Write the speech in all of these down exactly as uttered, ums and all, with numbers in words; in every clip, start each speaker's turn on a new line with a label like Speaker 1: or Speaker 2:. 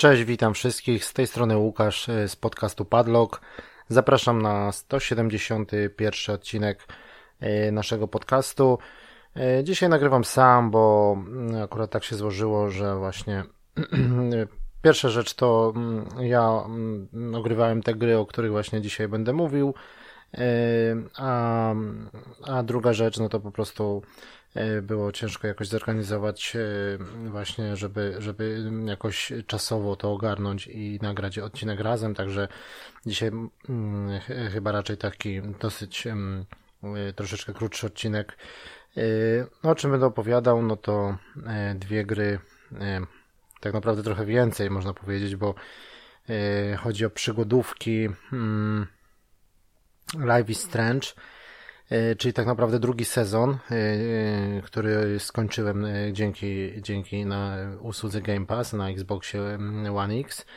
Speaker 1: Cześć, witam wszystkich. Z tej strony Łukasz z podcastu Padlock. Zapraszam na sto siedemdziesiąty pierwszy odcinek naszego podcastu. Dzisiaj nagrywam sam, bo akurat tak się złożyło, że właśnie pierwsza rzecz to ja ogrywałem te gry, o których właśnie dzisiaj będę mówił, a, a druga rzecz, no to po prostu było ciężko jakoś zorganizować właśnie, żeby, żeby jakoś czasowo to ogarnąć i nagrać odcinek razem, także dzisiaj ch- chyba raczej taki dosyć troszeczkę krótszy odcinek. No, o czym będę opowiadał, no to dwie gry, tak naprawdę trochę więcej można powiedzieć, bo chodzi o przygodówki Life is Strange, czyli tak naprawdę drugi sezon, który skończyłem dzięki, dzięki na usłudze Game Pass na Xboxie One X.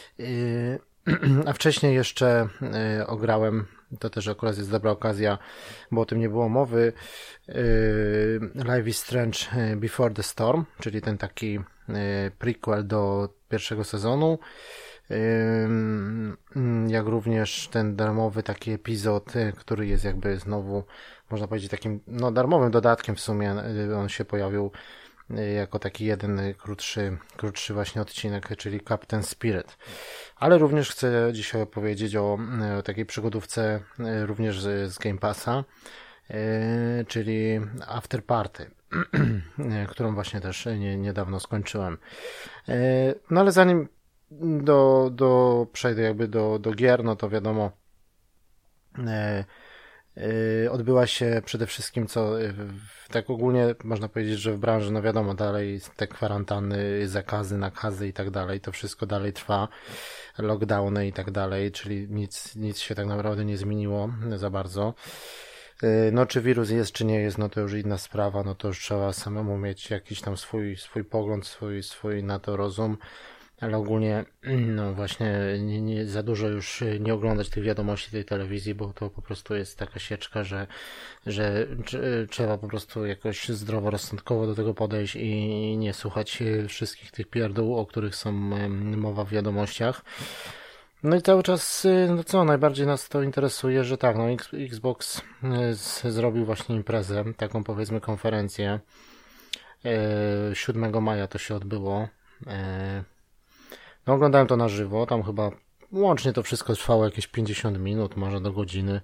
Speaker 1: A wcześniej jeszcze ograłem, to też akurat jest dobra okazja, bo o tym nie było mowy, Life is Strange Before the Storm, czyli ten taki prequel do pierwszego sezonu, jak również ten darmowy taki epizod, który jest jakby znowu, można powiedzieć, takim no darmowym dodatkiem w sumie. On się pojawił jako taki jeden krótszy, krótszy właśnie odcinek, czyli Captain Spirit. Ale również chcę dzisiaj opowiedzieć o, o takiej przygodówce również z, z Game Passa, czyli After Party, którą właśnie też nie, niedawno skończyłem. No ale zanim do, do przejdę jakby do, do gier, no to wiadomo, e, e, odbyła się przede wszystkim co w, tak ogólnie można powiedzieć, że w branży, no wiadomo, dalej te kwarantanny, zakazy, nakazy i tak dalej, to wszystko dalej trwa, lockdowny i tak dalej, czyli nic, nic się tak naprawdę nie zmieniło za bardzo. No czy wirus jest, czy nie jest, no to już inna sprawa, no to już trzeba samemu mieć jakiś tam swój, swój pogląd, swój, swój na to rozum. Ale ogólnie, no właśnie, nie, nie, za dużo już nie oglądać tych wiadomości, tej telewizji, bo to po prostu jest taka sieczka, że, że trzeba po prostu jakoś zdroworozsądkowo do tego podejść i nie słuchać wszystkich tych pierdół, o których są mowa w wiadomościach. No i cały czas, no co, najbardziej nas to interesuje, że tak, no Xbox zrobił właśnie imprezę, taką powiedzmy konferencję. siódmego maja to się odbyło. No oglądałem to na żywo, tam chyba łącznie to wszystko trwało jakieś pięćdziesiąt minut, może do godziny.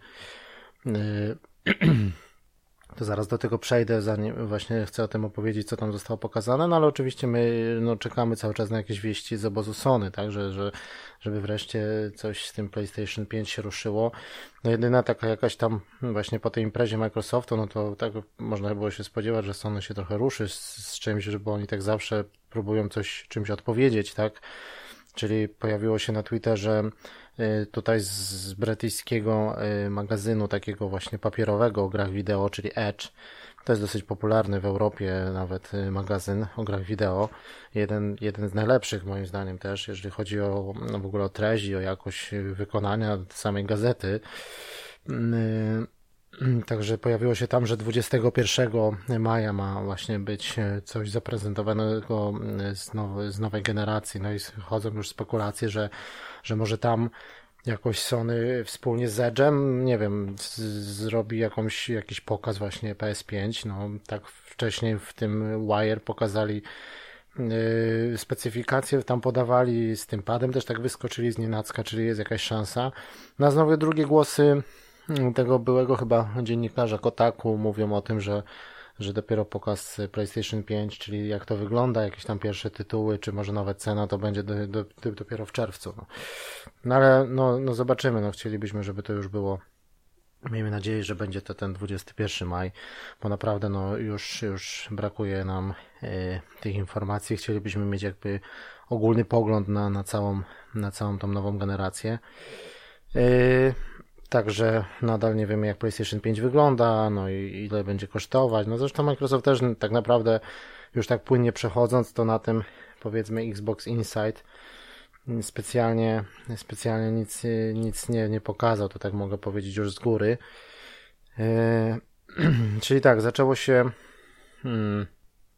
Speaker 1: To zaraz do tego przejdę, zanim właśnie chcę o tym opowiedzieć, co tam zostało pokazane, no ale oczywiście my no, czekamy cały czas na jakieś wieści z obozu Sony, tak, że, że, żeby wreszcie coś z tym PlayStation pięć się ruszyło. No jedyna taka jakaś tam właśnie po tej imprezie Microsoftu, no to tak można było się spodziewać, że Sony się trochę ruszy z, z czymś, żeby oni tak zawsze próbują coś, czymś odpowiedzieć, tak. Czyli pojawiło się na Twitterze tutaj z brytyjskiego magazynu takiego właśnie papierowego o grach wideo, czyli Edge. To jest dosyć popularny w Europie nawet magazyn o grach wideo. Jeden, jeden z najlepszych moim zdaniem też, jeżeli chodzi o no w ogóle o treść i o jakość wykonania samej gazety. Także pojawiło się tam, że dwudziestego pierwszego maja ma właśnie być coś zaprezentowanego z, nowy, z nowej generacji. No i chodzą już spekulacje, że, że może tam jakoś Sony wspólnie z Edge'em, nie wiem, z, zrobi jakąś, jakiś pokaz właśnie P S pięć. No tak wcześniej w tym Wire pokazali yy, specyfikacje, tam podawali z tym padem, też tak wyskoczyli z nienacka, czyli jest jakaś szansa. Na znowu drugie głosy tego byłego chyba dziennikarza Kotaku mówią o tym, że, że dopiero pokaz PlayStation pięć, czyli jak to wygląda, jakieś tam pierwsze tytuły, czy może nawet cena, to będzie do, do, do, dopiero w czerwcu. No, no ale no, no zobaczymy, no chcielibyśmy, żeby to już było. Miejmy nadzieję, że będzie to ten dwudziesty pierwszy maj, bo naprawdę no już, już brakuje nam y, tych informacji. Chcielibyśmy mieć jakby ogólny pogląd na, na całą, na całą tą nową generację. Y, Także nadal nie wiemy, jak PlayStation pięć wygląda, no i ile będzie kosztować. No zresztą Microsoft też tak naprawdę już tak płynnie przechodząc, to na tym powiedzmy Xbox Insight specjalnie, specjalnie nic, nic nie, nie pokazał, to tak mogę powiedzieć już z góry. Yy, czyli tak, zaczęło się hmm,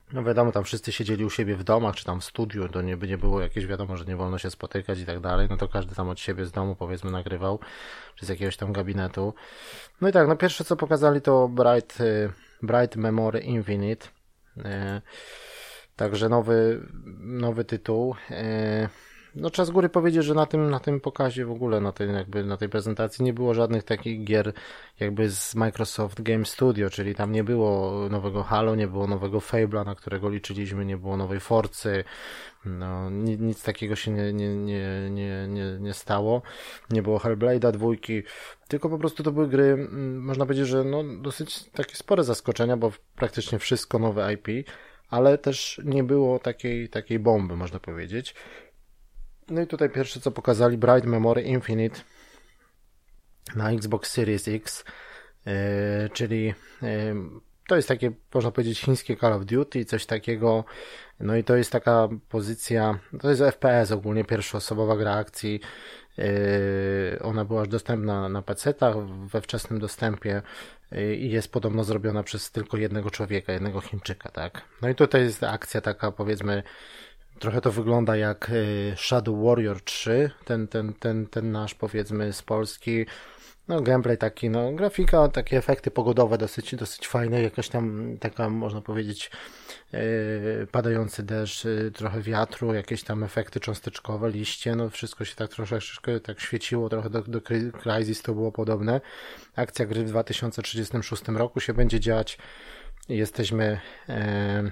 Speaker 1: No wiadomo, tam wszyscy siedzieli u siebie w domach, czy tam w studiu, to nie, by nie było jakieś, wiadomo, że nie wolno się spotykać i tak dalej, no to każdy tam od siebie z domu, powiedzmy, nagrywał, czy z jakiegoś tam gabinetu. No i tak, no pierwsze co pokazali to Bright, Bright Memory Infinite, także nowy, nowy tytuł. No trzeba z góry powiedzieć, że na tym, na tym pokazie w ogóle, na tej, jakby, na tej prezentacji nie było żadnych takich gier jakby z Microsoft Game Studio, czyli tam nie było nowego Halo, nie było nowego Fable'a, na którego liczyliśmy, nie było nowej Forcy, no nic, nic takiego się nie, nie, nie, nie, nie, nie stało, nie było Hellblade'a dwójki, tylko po prostu to były gry, można powiedzieć, że no dosyć takie spore zaskoczenia, bo praktycznie wszystko nowe I P, ale też nie było takiej, takiej bomby, można powiedzieć. No i tutaj pierwsze co pokazali, Bright Memory Infinite na Xbox Series X, yy, czyli yy, to jest takie, można powiedzieć, chińskie Call of Duty, coś takiego, no i to jest taka pozycja, to jest F P S ogólnie, pierwszoosobowa gra akcji, yy, ona była już dostępna na pecetach we wczesnym dostępie yy, i jest podobno zrobiona przez tylko jednego człowieka, jednego Chińczyka, tak. No i tutaj jest akcja taka, powiedzmy, trochę to wygląda jak Shadow Warrior trzy, ten, ten, ten, ten nasz, powiedzmy, z Polski. No gameplay taki, no grafika, takie efekty pogodowe dosyć, dosyć fajne, jakaś tam taka, można powiedzieć, yy, padający deszcz, yy, trochę wiatru, jakieś tam efekty cząsteczkowe, liście, no wszystko się tak troszeczkę tak świeciło, trochę do, do Crysis to było podobne. Akcja gry w dwa tysiące trzydziestym szóstym roku się będzie dziać. Jesteśmy yy,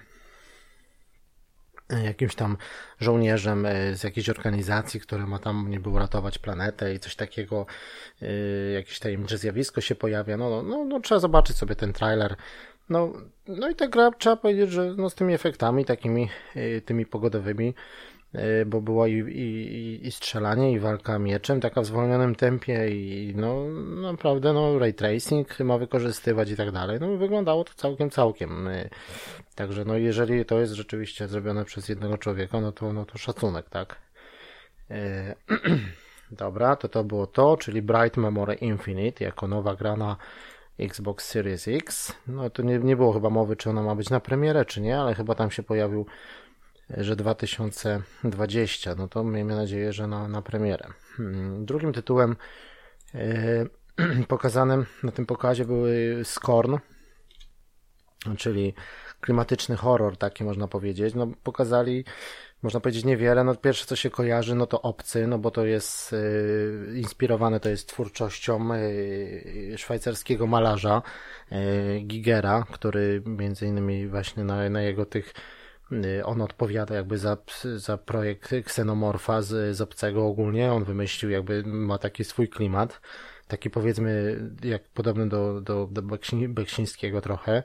Speaker 1: jakimś tam żołnierzem z jakiejś organizacji, która ma tam niby uratować planetę i coś takiego, yy, jakieś tajemnicze zjawisko się pojawia, no, no, no trzeba zobaczyć sobie ten trailer, no, no i ta gra, trzeba powiedzieć, że no, z tymi efektami takimi, yy, tymi pogodowymi, yy, bo było i, i, i strzelanie, i walka mieczem, taka w zwolnionym tempie i no naprawdę, no ray tracing ma wykorzystywać i tak dalej, no wyglądało to całkiem, całkiem, yy. Także no jeżeli to jest rzeczywiście zrobione przez jednego człowieka, no to, no to szacunek, tak? Yy, dobra, to to było to, czyli Bright Memory Infinite jako nowa gra na Xbox Series X. No to nie, nie było chyba mowy, czy ona ma być na premierę, czy nie, ale chyba tam się pojawił, że dwa tysiące dwudziesty. No to miejmy nadzieję, że na, na premierę. Hmm, drugim tytułem yy, pokazanym na tym pokazie były Scorn, czyli klimatyczny horror, taki można powiedzieć. No pokazali, można powiedzieć, niewiele. No pierwsze co się kojarzy, no to Obcy, no bo to jest y, inspirowane to jest twórczością y, szwajcarskiego malarza y, Gigera, który między innymi właśnie na, na jego tych y, on odpowiada jakby za, za projekt Ksenomorfa z, z Obcego ogólnie. On wymyślił jakby, ma taki swój klimat, taki powiedzmy jak podobny do, do, do Beksińskiego trochę.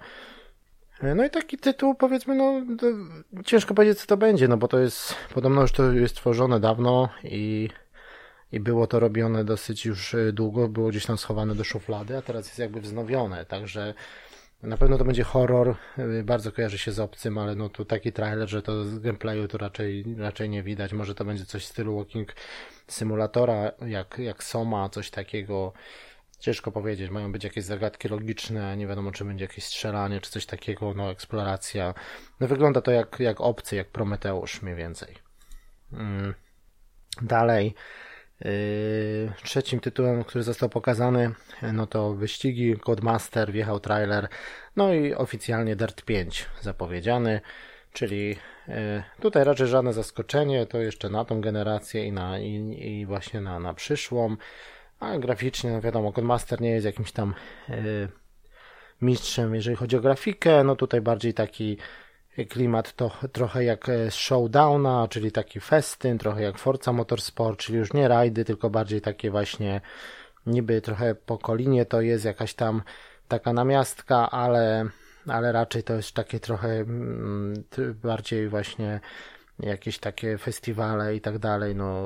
Speaker 1: No i taki tytuł, powiedzmy, no ciężko powiedzieć co to będzie, no bo to jest, podobno już to jest tworzone dawno i, i było to robione dosyć już długo, było gdzieś tam schowane do szuflady, a teraz jest jakby wznowione, także na pewno to będzie horror, bardzo kojarzy się z Obcym, ale no tu taki trailer, że to z gameplayu to raczej, raczej nie widać, może to będzie coś w stylu walking simulatora, jak, jak Soma, coś takiego. Ciężko powiedzieć, mają być jakieś zagadki logiczne, nie wiadomo czy będzie jakieś strzelanie, czy coś takiego, no eksploracja. No wygląda to jak, jak Obcy, jak Prometeusz mniej więcej. Mm. Dalej, yy, trzecim tytułem, który został pokazany, no to wyścigi, Codemaster, wjechał trailer, no i oficjalnie Dirt pięć zapowiedziany, czyli yy, tutaj raczej żadne zaskoczenie, to jeszcze na tą generację i, na, i, i właśnie na, na przyszłą. A graficznie, no wiadomo, Codemaster nie jest jakimś tam yy, mistrzem, jeżeli chodzi o grafikę, no tutaj bardziej taki klimat to trochę jak z Showdowna, czyli taki festyn, trochę jak Forza Motorsport, czyli już nie rajdy, tylko bardziej takie właśnie niby trochę po Kolinie to jest jakaś tam taka namiastka, ale, ale raczej to jest takie trochę mm, bardziej właśnie jakieś takie festiwale i tak dalej, no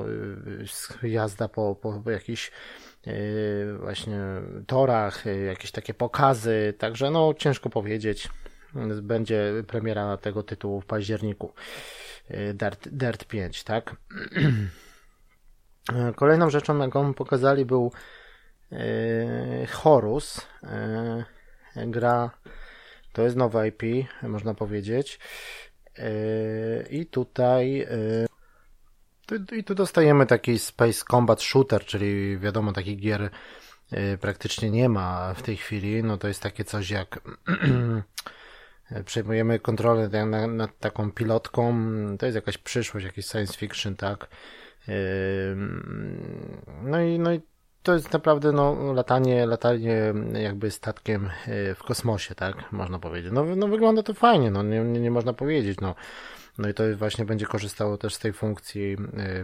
Speaker 1: jazda po, po jakichś yy, właśnie torach, yy, jakieś takie pokazy, także no ciężko powiedzieć, będzie premiera tego tytułu w październiku, yy, Dirt, Dirt pięć, tak? Kolejną rzeczą, jaką pokazali, był yy, Horus, yy, gra To jest nowe I P, można powiedzieć. I tutaj i tu dostajemy taki Space Combat Shooter, czyli wiadomo, takich gier praktycznie nie ma w tej chwili. No to jest takie coś jak przejmujemy kontrolę nad, nad taką pilotką. To jest jakaś przyszłość, jakiś science fiction, tak. No i, no i to jest naprawdę no, latanie, latanie jakby statkiem w kosmosie, tak, można powiedzieć. No, no wygląda to fajnie, no nie, nie, nie można powiedzieć, no. No i to właśnie będzie korzystało też z tej funkcji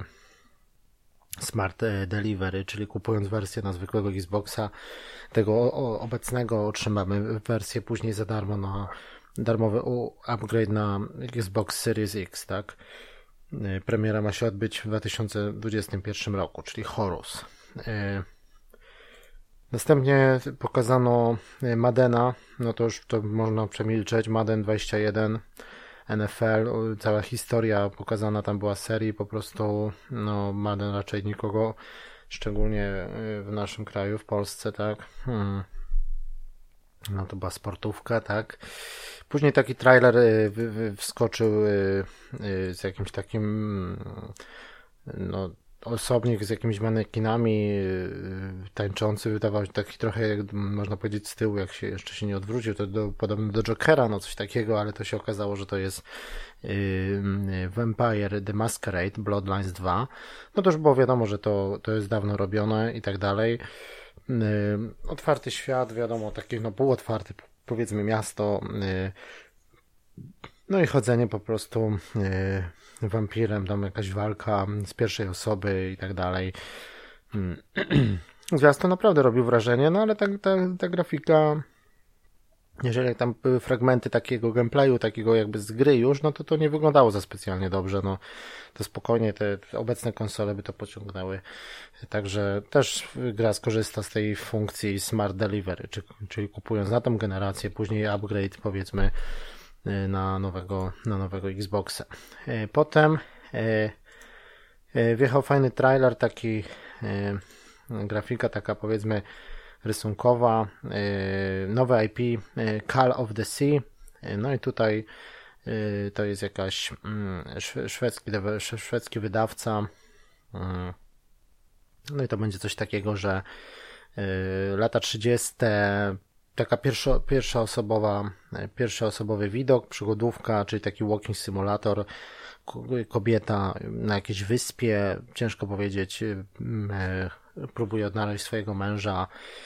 Speaker 1: Smart Delivery, czyli kupując wersję na zwykłego Xboxa, tego obecnego otrzymamy wersję później za darmo na darmowy upgrade na Xbox Series X, tak. Premiera ma się odbyć w dwa tysiące dwudziestym pierwszym roku, czyli Horus. Następnie pokazano Maddena, no to już to można przemilczeć, Madden dwadzieścia jeden, N F L, cała historia pokazana tam była serii, po prostu no Madden raczej nikogo, szczególnie w naszym kraju, w Polsce, tak. Hmm. No to była sportówka, tak. Później taki trailer wskoczył z jakimś takim no osobnik z jakimiś manekinami tańczący, wydawał się taki trochę, jak można powiedzieć, z tyłu, jak się jeszcze się nie odwrócił, to do, podobny do Jokera, no coś takiego, ale to się okazało, że to jest yy, Vampire The Masquerade Bloodlines dwa. No to już było wiadomo, że to, to jest dawno robione i tak dalej. Yy, otwarty świat, wiadomo, takie no półotwarty, powiedzmy, miasto, yy, no i chodzenie po prostu yy, wampirem, tam jakaś walka z pierwszej osoby i tak dalej. Zwiastun naprawdę robił wrażenie, no ale ta, ta, ta grafika, jeżeli tam były fragmenty takiego gameplayu, takiego jakby z gry już, no to to nie wyglądało za specjalnie dobrze, no to spokojnie te obecne konsole by to pociągnęły. Także też gra skorzysta z tej funkcji Smart Delivery, czyli, czyli kupując na tą generację, później upgrade, powiedzmy, na nowego, na nowego Xboxa. Potem wjechał fajny trailer, taki grafika taka, powiedzmy, rysunkowa, nowe I P Call of the Sea. No i tutaj to jest jakaś szwedzki, szwedzki wydawca. No i to będzie coś takiego, że lata trzydzieste, taka pierwszo, pierwszoosobowa, pierwszoosobowy widok, przygodówka, czyli taki walking simulator, kobieta na jakiejś wyspie, ciężko powiedzieć, próbuje odnaleźć swojego męża,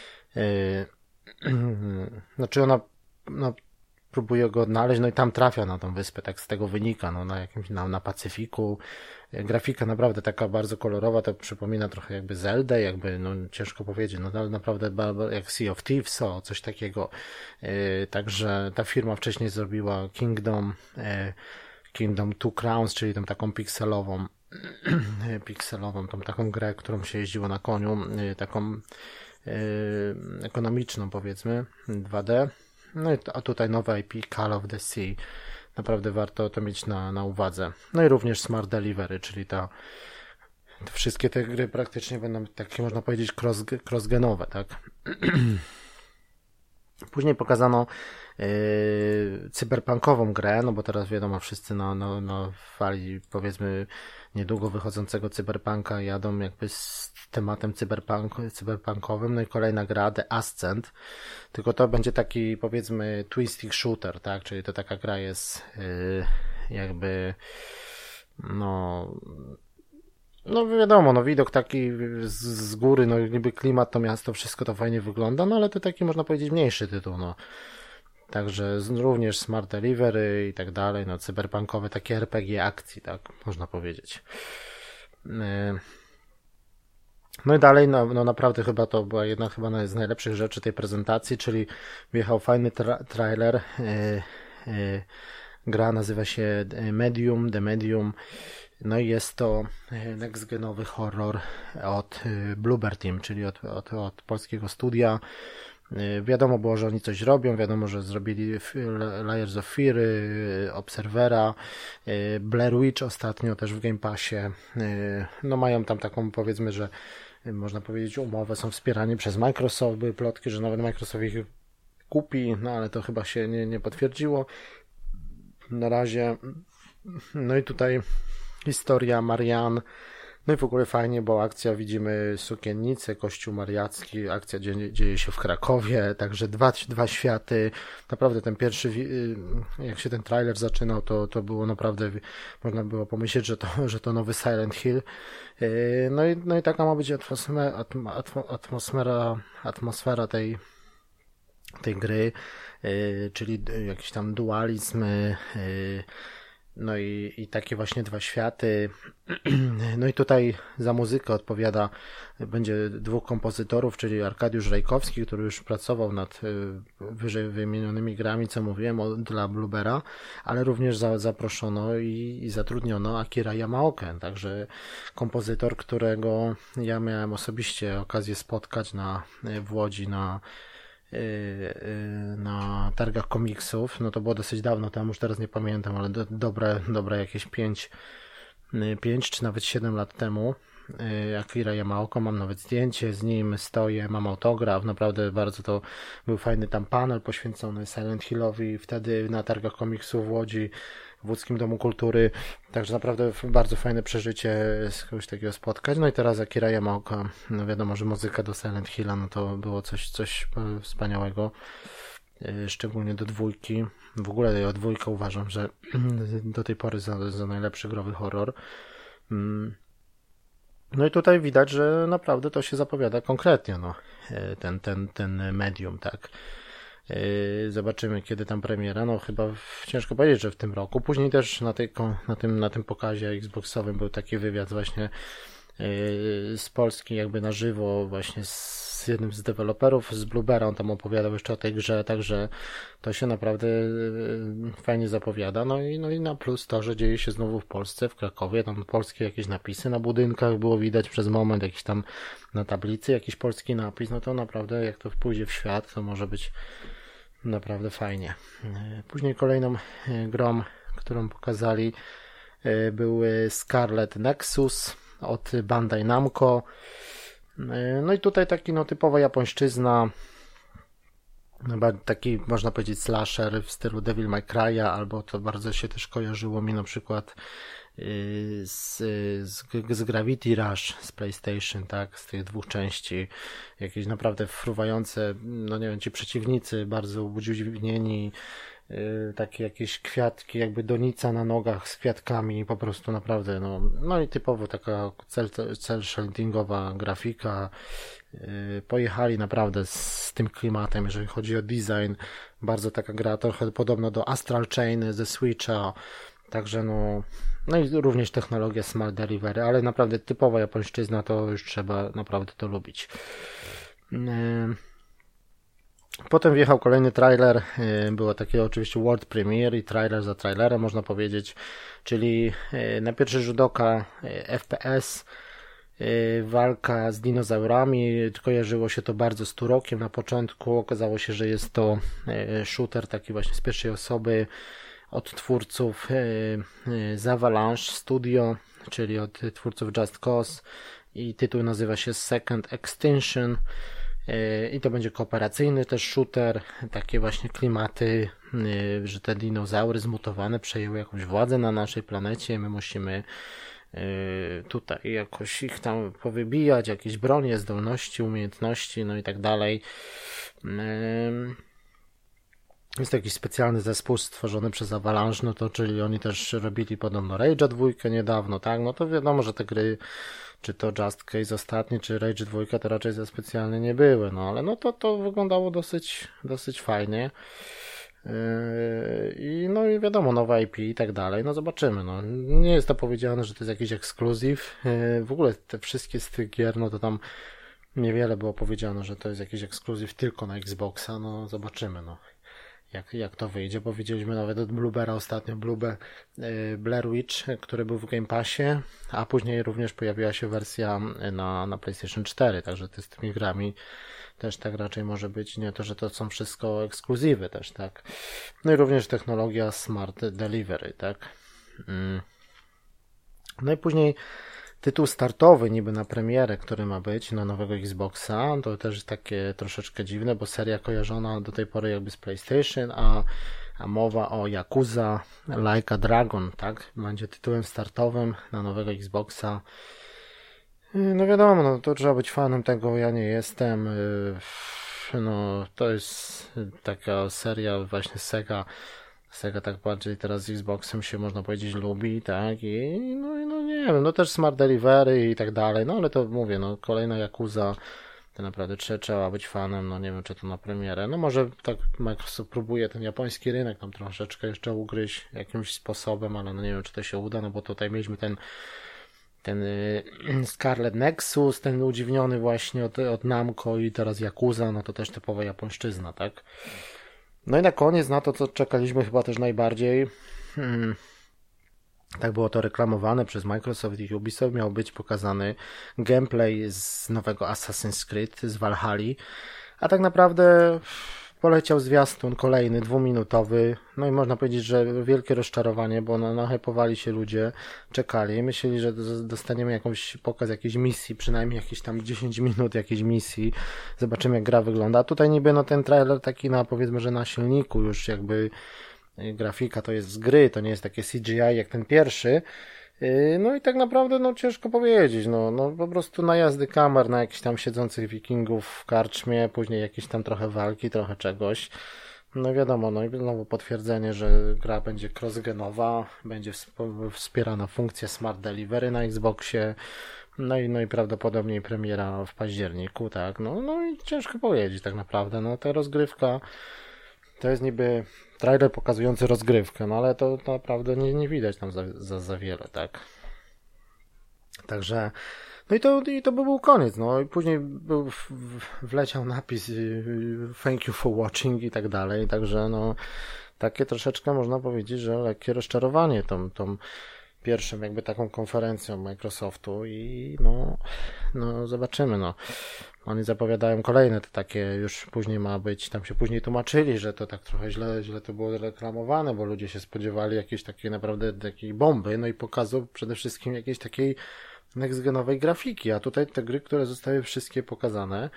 Speaker 1: znaczy ona no, próbuje go odnaleźć, no i tam trafia na tą wyspę, tak z tego wynika, no na jakimś, na, na Pacyfiku. Grafika naprawdę taka bardzo kolorowa, to przypomina trochę jakby Zeldę, jakby, no ciężko powiedzieć, no naprawdę jak Sea of Thieves, o, coś takiego. Yy, także ta firma wcześniej zrobiła Kingdom, yy, Kingdom Two Crowns, czyli tą taką pikselową, pikselową, tą taką grę, którą się jeździło na koniu, yy, taką yy, ekonomiczną, powiedzmy, dwa D. No i a tutaj nowe I P Call of the Sea. Naprawdę warto to mieć na, na uwadze. No i również Smart Delivery, czyli ta te wszystkie te gry praktycznie będą takie, można powiedzieć, cross, crossgenowe, tak? Później pokazano yy, cyberpunkową grę, no bo teraz wiadomo, wszyscy na, na, na fali, powiedzmy, niedługo wychodzącego cyberpunka jadą jakby z tematem cyberpunk, cyberpunkowym. No i kolejna gra, The Ascent, tylko to będzie taki, powiedzmy, twin stick shooter, tak, czyli to taka gra jest yy, jakby no no wiadomo, no widok taki z, z góry, no niby klimat, to miasto, wszystko to fajnie wygląda, no ale to taki, można powiedzieć, mniejszy tytuł, no. Także również Smart Delivery i tak dalej, no cyberpunkowe, takie R P G akcji, tak, można powiedzieć. No i dalej, no, no naprawdę chyba to była jedna chyba z najlepszych rzeczy tej prezentacji, czyli wjechał fajny tra- trailer, yy, yy, gra nazywa się Medium, The Medium. No i jest to next-genowy horror od Bloober Team, czyli od, od, od polskiego studia. Wiadomo było, że oni coś robią, wiadomo, że zrobili Layers of Fear, Observera, Blair Witch ostatnio też w Game Passie. No mają tam taką, powiedzmy, że można powiedzieć, umowę, są wspierani przez Microsoft, były plotki, że nawet Microsoft ich kupi, no ale to chyba się nie, nie potwierdziło na razie. No i tutaj historia Marian. No i w ogóle fajnie, bo akcja, widzimy sukiennicę, kościół mariacki, akcja dzieje, dzieje się w Krakowie, także dwa, dwa światy. Naprawdę ten pierwszy, jak się ten trailer zaczynał, to, to było naprawdę, można było pomyśleć, że to, że to nowy Silent Hill. No i, no i taka ma być atmosfera, atmosfera, atmosfera tej, tej gry, czyli jakiś tam dualizm, no i, i takie właśnie dwa światy. No i tutaj za muzykę odpowiada, będzie dwóch kompozytorów, czyli Arkadiusz Rejkowski, który już pracował nad wyżej wymienionymi grami, co mówiłem, o, dla Bluebera, ale również za, zaproszono i, i zatrudniono Akira Yamaokę, także kompozytor, którego ja miałem osobiście okazję spotkać na, w Łodzi na na targach komiksów, no to było dosyć dawno tam, już teraz nie pamiętam, ale do, dobre, dobre jakieś pięć, pięć czy nawet siedem lat temu. Akira Yamaoka, mam nawet zdjęcie z nim, stoję, mam autograf, naprawdę bardzo to był fajny tam panel poświęcony Silent Hillowi wtedy na targach komiksów w Łodzi, w Łódzkim Domu Kultury, także naprawdę bardzo fajne przeżycie z kogoś takiego spotkać. No i teraz Akira Yamaoka, no wiadomo, że muzyka do Silent Hilla, no to było coś, coś wspaniałego, szczególnie do dwójki. W ogóle ja dwójkę uważam, że do tej pory za, za najlepszy growy horror. No i tutaj widać, że naprawdę to się zapowiada konkretnie, no, ten, ten, ten medium, tak. Zobaczymy, kiedy tam premiera, no chyba ciężko powiedzieć, że w tym roku. Później też na, tej, na, tym, na tym pokazie Xboxowym był taki wywiad właśnie z Polski, jakby na żywo, właśnie z jednym z deweloperów, z Bluebera, on tam opowiadał jeszcze o tej grze, także to się naprawdę fajnie zapowiada. No i, no i na plus to, że dzieje się znowu w Polsce, w Krakowie, tam polskie jakieś napisy na budynkach było widać przez moment, jakiś tam na tablicy jakiś polski napis, no to naprawdę jak to pójdzie w świat, to może być naprawdę fajnie. Później kolejną grą, którą pokazali, był Scarlet Nexus od Bandai Namco. No i tutaj taki no typowa japońszczyzna, taki można powiedzieć slasher w stylu Devil May Cry'a, albo to bardzo się też kojarzyło mi na przykład z, z, z Gravity Rush z PlayStation, tak, z tych dwóch części, jakieś naprawdę fruwające, no nie wiem, ci przeciwnicy bardzo udźwignieni, takie jakieś kwiatki, jakby donica na nogach z kwiatkami, po prostu naprawdę, no, no i typowo taka cel, cel shadingowa grafika. Pojechali naprawdę z tym klimatem, jeżeli chodzi o design, bardzo taka gra, trochę podobna do Astral Chain ze Switcha, także no, no i również technologia Smart Delivery, ale naprawdę typowa japońszczyzna, to już trzeba naprawdę to lubić. Potem wjechał kolejny trailer, było takie oczywiście world premiere i trailer za trailerem, można powiedzieć, czyli na pierwszy rzut oka F P S, walka z dinozaurami, kojarzyło się to bardzo z Turokiem na początku, okazało się, że jest to shooter taki właśnie z pierwszej osoby od twórców z Avalanche Studio, czyli od twórców Just Cause, i tytuł nazywa się Second Extinction. I to będzie kooperacyjny też shooter, takie właśnie klimaty, że te dinozaury zmutowane przejęły jakąś władzę na naszej planecie, my musimy tutaj jakoś ich tam powybijać, jakieś bronie, zdolności, umiejętności, no i tak dalej. Jest to jakiś specjalny zespół stworzony przez Avalanche, no to czyli oni też robili podobno Rage'a dwójkę niedawno, tak? No to wiadomo, że te gry, czy to Just Cause ostatni, czy Rage dwójka, to raczej za specjalne nie były, no ale no to, to wyglądało dosyć, dosyć fajnie. I no i wiadomo, nowe I P i tak dalej, no zobaczymy, no nie jest to powiedziane, że to jest jakiś ekskluzyw, w ogóle te wszystkie z tych gier, no to tam niewiele było powiedziane, że to jest jakiś ekskluzyw tylko na Xboxa, no zobaczymy, no jak, jak to wyjdzie, bo widzieliśmy nawet od Bluebera ostatnio Blueber, Blair Witch, który był w Game Passie, a później również pojawiła się wersja na, na PlayStation cztery, także to z tymi grami też tak raczej może być, nie to, że to są wszystko ekskluzywy też, tak. No i również technologia Smart Delivery, tak. No i później tytuł startowy niby na premierę, który ma być na nowego Xboxa, to też jest takie troszeczkę dziwne, bo seria kojarzona do tej pory jakby z PlayStation, a, a mowa o Yakuza Like a Dragon, tak? Będzie tytułem startowym na nowego Xboxa. No wiadomo, no to trzeba być fanem tego, ja nie jestem. No to jest taka seria właśnie Sega. Sega tak bardziej teraz z Xboxem się można powiedzieć lubi, tak? I no, no nie wiem, no też Smart Delivery i tak dalej, no ale to mówię, no kolejna Yakuza, to naprawdę trzeba, trzeba być fanem, no nie wiem czy to na premierę, no może tak Microsoft próbuje ten japoński rynek tam troszeczkę jeszcze ugryźć jakimś sposobem, ale no nie wiem czy to się uda, no bo tutaj mieliśmy ten ten y, Scarlet Nexus, ten udziwniony właśnie od, od Namco i teraz Yakuza, no to też typowa japońszczyzna, tak? No i na koniec, na to co czekaliśmy chyba też najbardziej, hmm, tak było to reklamowane przez Microsoft i Ubisoft, miał być pokazany gameplay z nowego Assassin's Creed, z Valhalla, a tak naprawdę poleciał zwiastun kolejny, dwuminutowy, no i można powiedzieć, że wielkie rozczarowanie, bo no, nahypowali się ludzie, czekali, myśleli, że dostaniemy jakąś pokaz jakiejś misji, przynajmniej jakieś tam dziesięć minut jakiejś misji, zobaczymy jak gra wygląda, a tutaj niby no ten trailer taki na powiedzmy, że na silniku już jakby grafika to jest z gry, to nie jest takie C G I jak ten pierwszy. No i tak naprawdę no ciężko powiedzieć, no, no po prostu najazdy kamer na jakichś tam siedzących wikingów w karczmie, później jakieś tam trochę walki, trochę czegoś. No wiadomo, no i znowu potwierdzenie, że gra będzie cross-genowa, będzie wspierana funkcja Smart Delivery na Xboxie, no i, no i prawdopodobnie premiera w październiku, tak, no, no i ciężko powiedzieć tak naprawdę, no ta rozgrywka to jest niby trailer pokazujący rozgrywkę, no ale to, to naprawdę nie, nie widać tam za, za, za wiele, tak. Także, no i to, i to by był koniec, no i później był, w, wleciał napis thank you for watching i tak dalej, także no takie troszeczkę można powiedzieć, że lekkie rozczarowanie tą, tą pierwszą jakby taką konferencją Microsoftu i no, no zobaczymy, no. Oni zapowiadają kolejne te takie, już później ma być, tam się później tłumaczyli, że to tak trochę źle, źle to było reklamowane, bo ludzie się spodziewali jakiejś takiej naprawdę takiej bomby, no i pokazu przede wszystkim jakiejś takiej next-genowej grafiki, a tutaj te gry, które zostały wszystkie pokazane,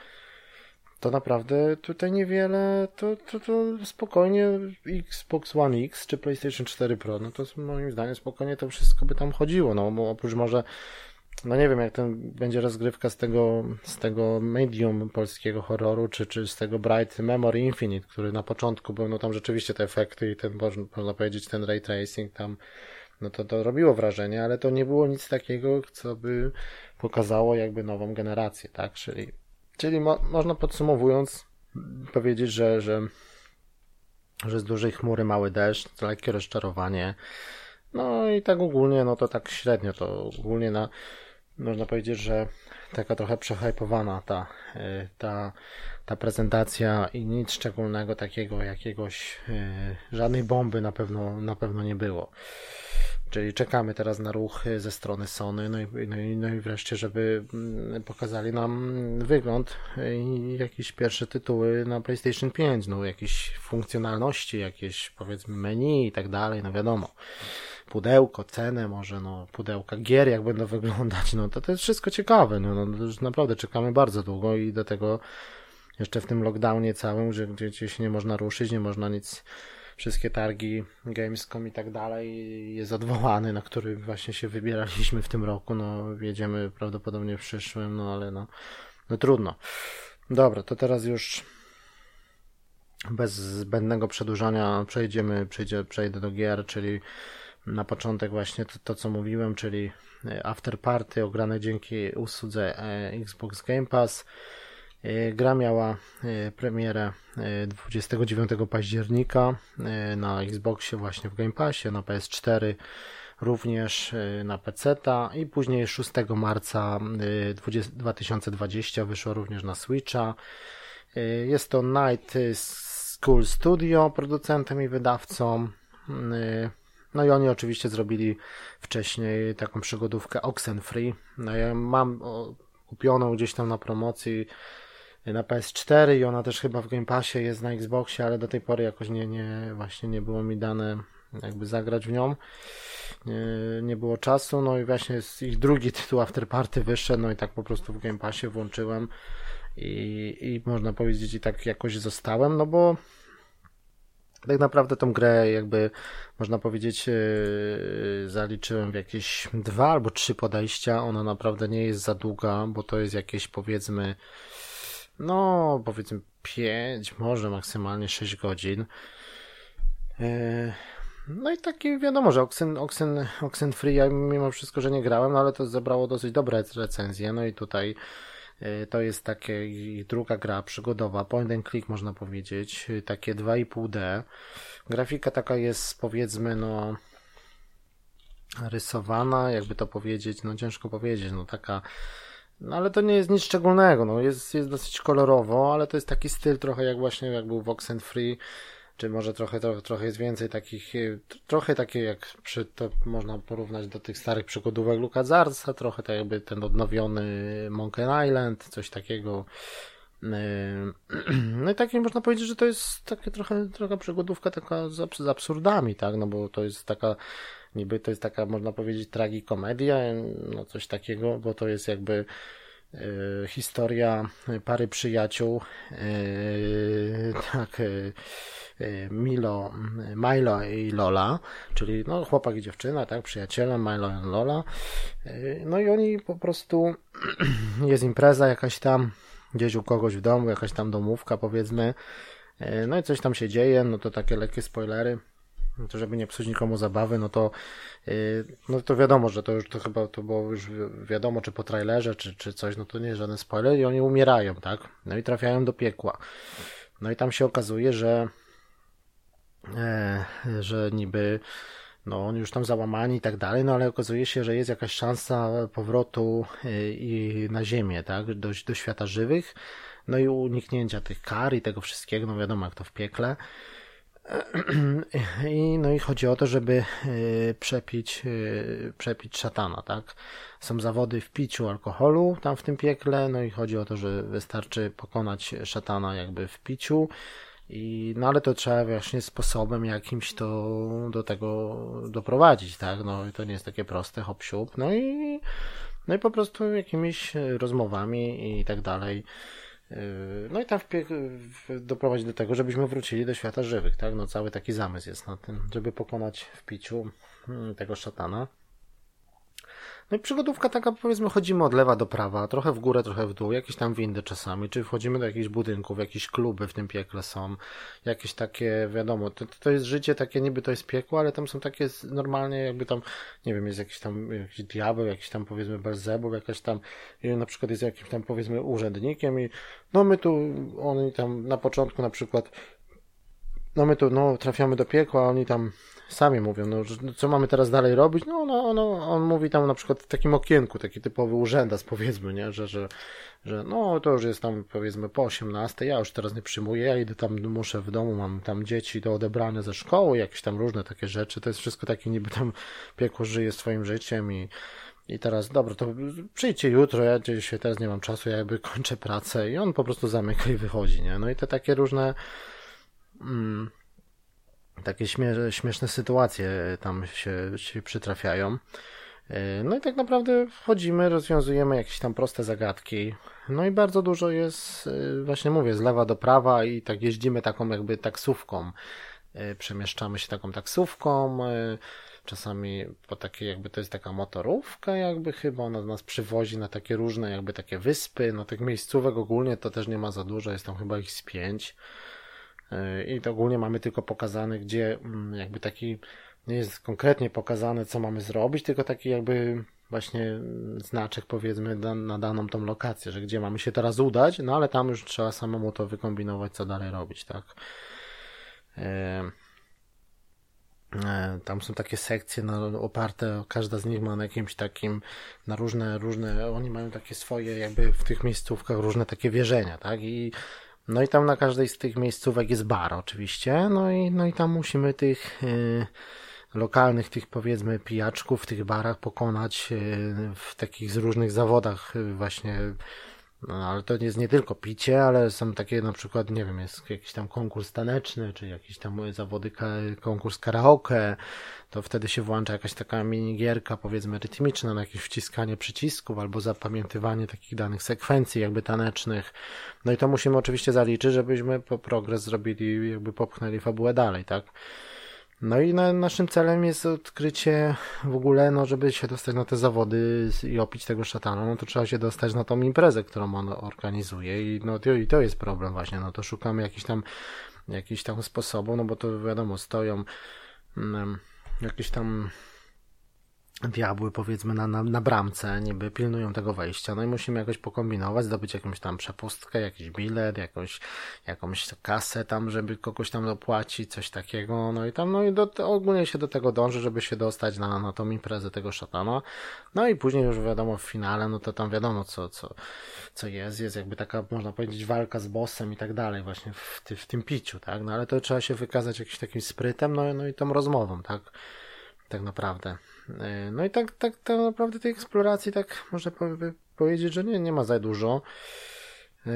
Speaker 1: to naprawdę tutaj niewiele, to, to, to spokojnie Xbox One X czy PlayStation cztery Pro, no to moim zdaniem spokojnie to wszystko by tam chodziło, no oprócz może, no nie wiem jak ten będzie rozgrywka z tego, z tego medium polskiego horroru, czy, czy z tego Bright Memory Infinite, który na początku był, no tam rzeczywiście te efekty i ten, można powiedzieć, ten ray tracing tam, no to to robiło wrażenie, ale to nie było nic takiego, co by pokazało jakby nową generację, tak, czyli Czyli mo- można podsumowując powiedzieć, że, że, że z dużej chmury mały deszcz, lekkie rozczarowanie. No i tak ogólnie, no to tak średnio, to ogólnie na, można powiedzieć, że taka trochę przehypowana ta, ta, ta prezentacja i nic szczególnego takiego jakiegoś, żadnej bomby na pewno, na pewno nie było. Czyli czekamy teraz na ruch ze strony Sony, no i, no i, no i wreszcie, żeby pokazali nam wygląd i jakieś pierwsze tytuły na PlayStation pięć, no jakieś funkcjonalności, jakieś powiedzmy menu i tak dalej, no wiadomo. Pudełko, cenę może, no pudełka gier, jak będą wyglądać, no to to jest wszystko ciekawe, no, no już naprawdę czekamy bardzo długo i do tego jeszcze w tym lockdownie całym, że gdzie, gdzie się nie można ruszyć, nie można nic, wszystkie targi Gamescom i tak dalej jest odwołany, na który właśnie się wybieraliśmy w tym roku, no jedziemy prawdopodobnie w przyszłym, no ale no, no trudno. Dobra, to teraz już bez zbędnego przedłużania przejdziemy, przejdzie, przejdę do gier, czyli na początek właśnie to, to co mówiłem, czyli After Party ograne dzięki usłudze Xbox Game Pass. Gra miała premierę dwudziestego dziewiątego października na Xboxie właśnie w Game Passie, na P S cztery również na peceta i później szóstego marca dwa tysiące dwudziestego wyszło również na Switcha. Jest to Night School Studio producentem i wydawcą. No i oni oczywiście zrobili wcześniej taką przygodówkę Oxenfree. No ja mam kupioną gdzieś tam na promocji na P S cztery i ona też chyba w Game Passie jest na Xboxie, ale do tej pory jakoś nie, nie, właśnie nie było mi dane jakby zagrać w nią. Nie, nie było czasu, no i właśnie ich drugi tytuł Afterparty wyszedł, no i tak po prostu w Game Passie włączyłem i, i można powiedzieć i tak jakoś zostałem, no bo tak naprawdę tą grę jakby można powiedzieć yy, zaliczyłem w jakieś dwa albo trzy podejścia, ona naprawdę nie jest za długa, bo to jest jakieś powiedzmy no powiedzmy pięć, może maksymalnie sześć godzin. Yy, no i taki wiadomo, że Oxen, Oxen, Oxenfree ja mimo wszystko, że nie grałem, no ale to zebrało dosyć dobre recenzje, no i tutaj to jest takie druga gra przygodowa, point and click można powiedzieć, takie dwa i pół D. Grafika taka jest powiedzmy no rysowana, jakby to powiedzieć, no ciężko powiedzieć, no taka, no ale to nie jest nic szczególnego, no jest, jest dosyć kolorowo, ale to jest taki styl trochę jak właśnie jak był w Oxenfree, czy może trochę, trochę, trochę jest więcej takich, trochę takie jak przy, to można porównać do tych starych przygodówek LucasArtsa, trochę tak jakby ten odnowiony Monkey Island, coś takiego. No i takie można powiedzieć, że to jest takie trochę, trochę przygodówka taka z, z absurdami, tak, no bo to jest taka, niby to jest taka, można powiedzieć, tragikomedia, no coś takiego, bo to jest jakby Yy, historia pary przyjaciół, yy, tak, yy, Milo, Milo i Lola, czyli no, chłopak i dziewczyna, tak, przyjaciele Milo i Lola. Yy, no i oni po prostu, jest impreza jakaś tam, gdzieś u kogoś w domu, jakaś tam domówka powiedzmy, yy, no i coś tam się dzieje, no to takie lekkie spoilery. No to żeby nie psuć nikomu zabawy, no to yy, no to wiadomo, że to już to chyba to było już wiadomo, czy po trailerze, czy, czy coś, no to nie jest żaden spoiler i oni umierają, tak? No i trafiają do piekła. No i tam się okazuje, że e, że niby no oni już tam załamani i tak dalej, no ale okazuje się, że jest jakaś szansa powrotu yy, i na ziemię, tak? Do, do świata żywych, no i uniknięcia tych kar i tego wszystkiego, no wiadomo jak to w piekle. I, no i chodzi o to, żeby y, przepić, y, przepić szatana, tak? Są zawody w piciu alkoholu tam w tym piekle, no i chodzi o to, że wystarczy pokonać szatana jakby w piciu, i, no ale to trzeba właśnie sposobem jakimś to do tego doprowadzić, tak? No i to nie jest takie proste, hop siup, no i, no i po prostu jakimiś rozmowami i tak dalej. No i tam wpie- doprowadzić do tego, żebyśmy wrócili do świata żywych, tak? No cały taki zamysł jest na tym, żeby pokonać w piciu tego szatana. No i przygodówka taka, powiedzmy, chodzimy od lewa do prawa, trochę w górę, trochę w dół, jakieś tam windy czasami, czy wchodzimy do jakichś budynków, jakieś kluby w tym piekle są, jakieś takie, wiadomo, to, to jest życie takie, niby to jest piekło, ale tam są takie normalnie, jakby tam, nie wiem, jest jakiś tam jakiś diabeł, jakiś tam, powiedzmy, Belzebub, jakaś tam, na przykład jest jakimś tam, powiedzmy, urzędnikiem i no my tu, oni tam na początku na przykład, no my tu, no, trafiamy do piekła, a oni tam sami mówią, no, że, co mamy teraz dalej robić? No, no, no, on mówi tam na przykład w takim okienku, taki typowy urzędas, powiedzmy, nie, że, że, że no, to już jest tam, powiedzmy, po osiemnastej, ja już teraz nie przyjmuję, ja idę tam, muszę w domu, mam tam dzieci do odebrania ze szkoły, jakieś tam różne takie rzeczy, to jest wszystko takie, niby tam piekło żyje swoim życiem i I teraz, dobra, to przyjdźcie jutro, ja dzisiaj teraz nie mam czasu, ja jakby kończę pracę i on po prostu zamyka i wychodzi, nie? No i te takie różne mm, takie śmie- śmieszne sytuacje tam się, się przytrafiają. No i tak naprawdę wchodzimy, rozwiązujemy jakieś tam proste zagadki. No i bardzo dużo jest, właśnie mówię, z lewa do prawa i tak jeździmy taką jakby taksówką. Przemieszczamy się taką taksówką, czasami po takiej jakby to jest taka motorówka jakby chyba, ona nas przywozi na takie różne jakby takie wyspy, no tych miejscówek ogólnie to też nie ma za dużo, jest tam chyba ich z pięć. I to ogólnie mamy tylko pokazane, gdzie jakby taki, nie jest konkretnie pokazane, co mamy zrobić, tylko taki jakby właśnie znaczek, powiedzmy, na daną tą lokację, że gdzie mamy się teraz udać, no ale tam już trzeba samemu to wykombinować, co dalej robić, tak. Tam są takie sekcje no, oparte, każda z nich ma na jakimś takim, na różne, różne, oni mają takie swoje jakby w tych miejscówkach różne takie wierzenia, tak, i no i tam na każdej z tych miejscówek jest bar oczywiście, no i, no i tam musimy tych y, lokalnych, tych powiedzmy pijaczków w tych barach pokonać y, w takich z różnych zawodach y, właśnie No, ale to jest nie tylko picie, ale są takie na przykład, nie wiem, jest jakiś tam konkurs taneczny, czy jakiś tam zawody, konkurs karaoke, to wtedy się włącza jakaś taka minigierka, powiedzmy rytmiczna, na jakieś wciskanie przycisków albo zapamiętywanie takich danych sekwencji jakby tanecznych. No i to musimy oczywiście zaliczyć, żebyśmy po progres zrobili, jakby popchnęli fabułę dalej, tak? No i na, naszym celem jest odkrycie w ogóle, no żeby się dostać na te zawody i opić tego szatana, no to trzeba się dostać na tą imprezę, którą on organizuje i no to, i to jest problem właśnie, no to szukamy jakichś tam jakichś tam sposobów, no bo to wiadomo, stoją um, jakieś tam diabły, powiedzmy, na, na, na bramce, niby pilnują tego wejścia, no i musimy jakoś pokombinować, zdobyć jakąś tam przepustkę, jakiś bilet, jakąś, jakąś kasę tam, żeby kogoś tam dopłacić, coś takiego, no i tam, no i do, ogólnie się do tego dąży, żeby się dostać na, na tą imprezę tego szatana, no i później już wiadomo w finale, no to tam wiadomo co, co, co jest, jest jakby taka, można powiedzieć, walka z bossem i tak dalej, właśnie w, ty, w tym piciu, tak, no ale to trzeba się wykazać jakimś takim sprytem, no, no i tą rozmową, tak, tak naprawdę. No i tak, tak, tak naprawdę tej eksploracji tak można powiedzieć, że nie, nie ma za dużo. Yy,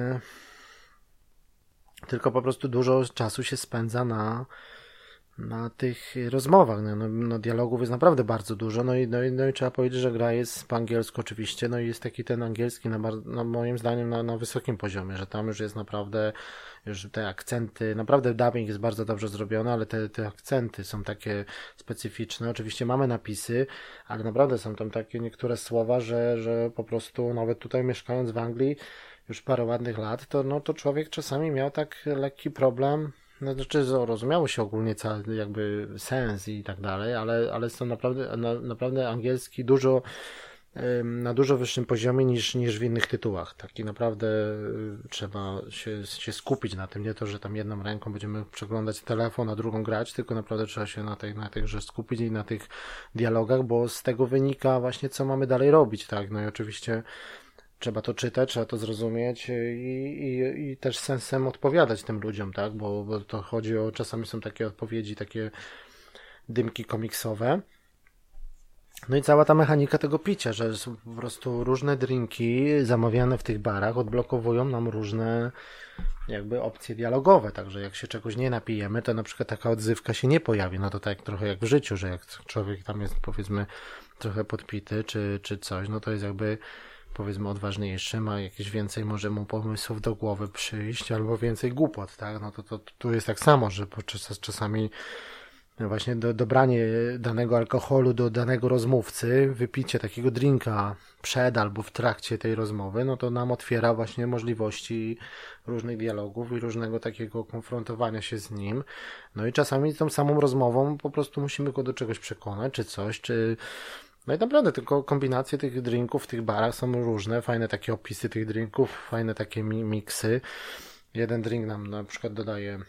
Speaker 1: tylko po prostu dużo czasu się spędza na, na tych rozmowach. No, no, no dialogów jest naprawdę bardzo dużo. No i, no, i, no i trzeba powiedzieć, że gra jest po angielsku oczywiście. No i jest taki ten angielski na, no, moim zdaniem na, na wysokim poziomie, że tam już jest naprawdę już te akcenty, naprawdę dubbing jest bardzo dobrze zrobiony, ale te, te akcenty są takie specyficzne. Oczywiście mamy napisy, ale naprawdę są tam takie niektóre słowa, że, że po prostu nawet tutaj mieszkając w Anglii już parę ładnych lat, to, no, to człowiek czasami miał tak lekki problem. No, znaczy rozumiało się ogólnie cały jakby sens i tak dalej, ale, ale są naprawdę, na, naprawdę angielski dużo na dużo wyższym poziomie niż, niż w innych tytułach. Taki naprawdę trzeba się, się skupić na tym, nie to, że tam jedną ręką będziemy przeglądać telefon, a drugą grać, tylko naprawdę trzeba się na tej, na tej grze skupić i na tych dialogach, bo z tego wynika właśnie co mamy dalej robić, tak, no i oczywiście trzeba to czytać, trzeba to zrozumieć i, i, i też sensem odpowiadać tym ludziom, tak, bo, bo to chodzi o, czasami są takie odpowiedzi, takie dymki komiksowe. No i cała ta mechanika tego picia, że są po prostu różne drinki zamawiane w tych barach odblokowują nam różne jakby opcje dialogowe, także jak się czegoś nie napijemy, to na przykład taka odzywka się nie pojawi, no to tak trochę jak w życiu, że jak człowiek tam jest powiedzmy trochę podpity czy, czy coś, no to jest jakby powiedzmy odważniejszy, ma jakieś więcej może mu pomysłów do głowy przyjść, albo więcej głupot, tak, no to, to, to tu jest tak samo, że podczas czasami właśnie do, dobranie danego alkoholu do danego rozmówcy, wypicie takiego drinka przed albo w trakcie tej rozmowy, no to nam otwiera właśnie możliwości różnych dialogów i różnego takiego konfrontowania się z nim. No i czasami tą samą rozmową po prostu musimy go do czegoś przekonać, czy coś, czy... No i naprawdę tylko kombinacje tych drinków w tych barach są różne, fajne takie opisy tych drinków, fajne takie mi- miksy. Jeden drink nam na przykład dodaje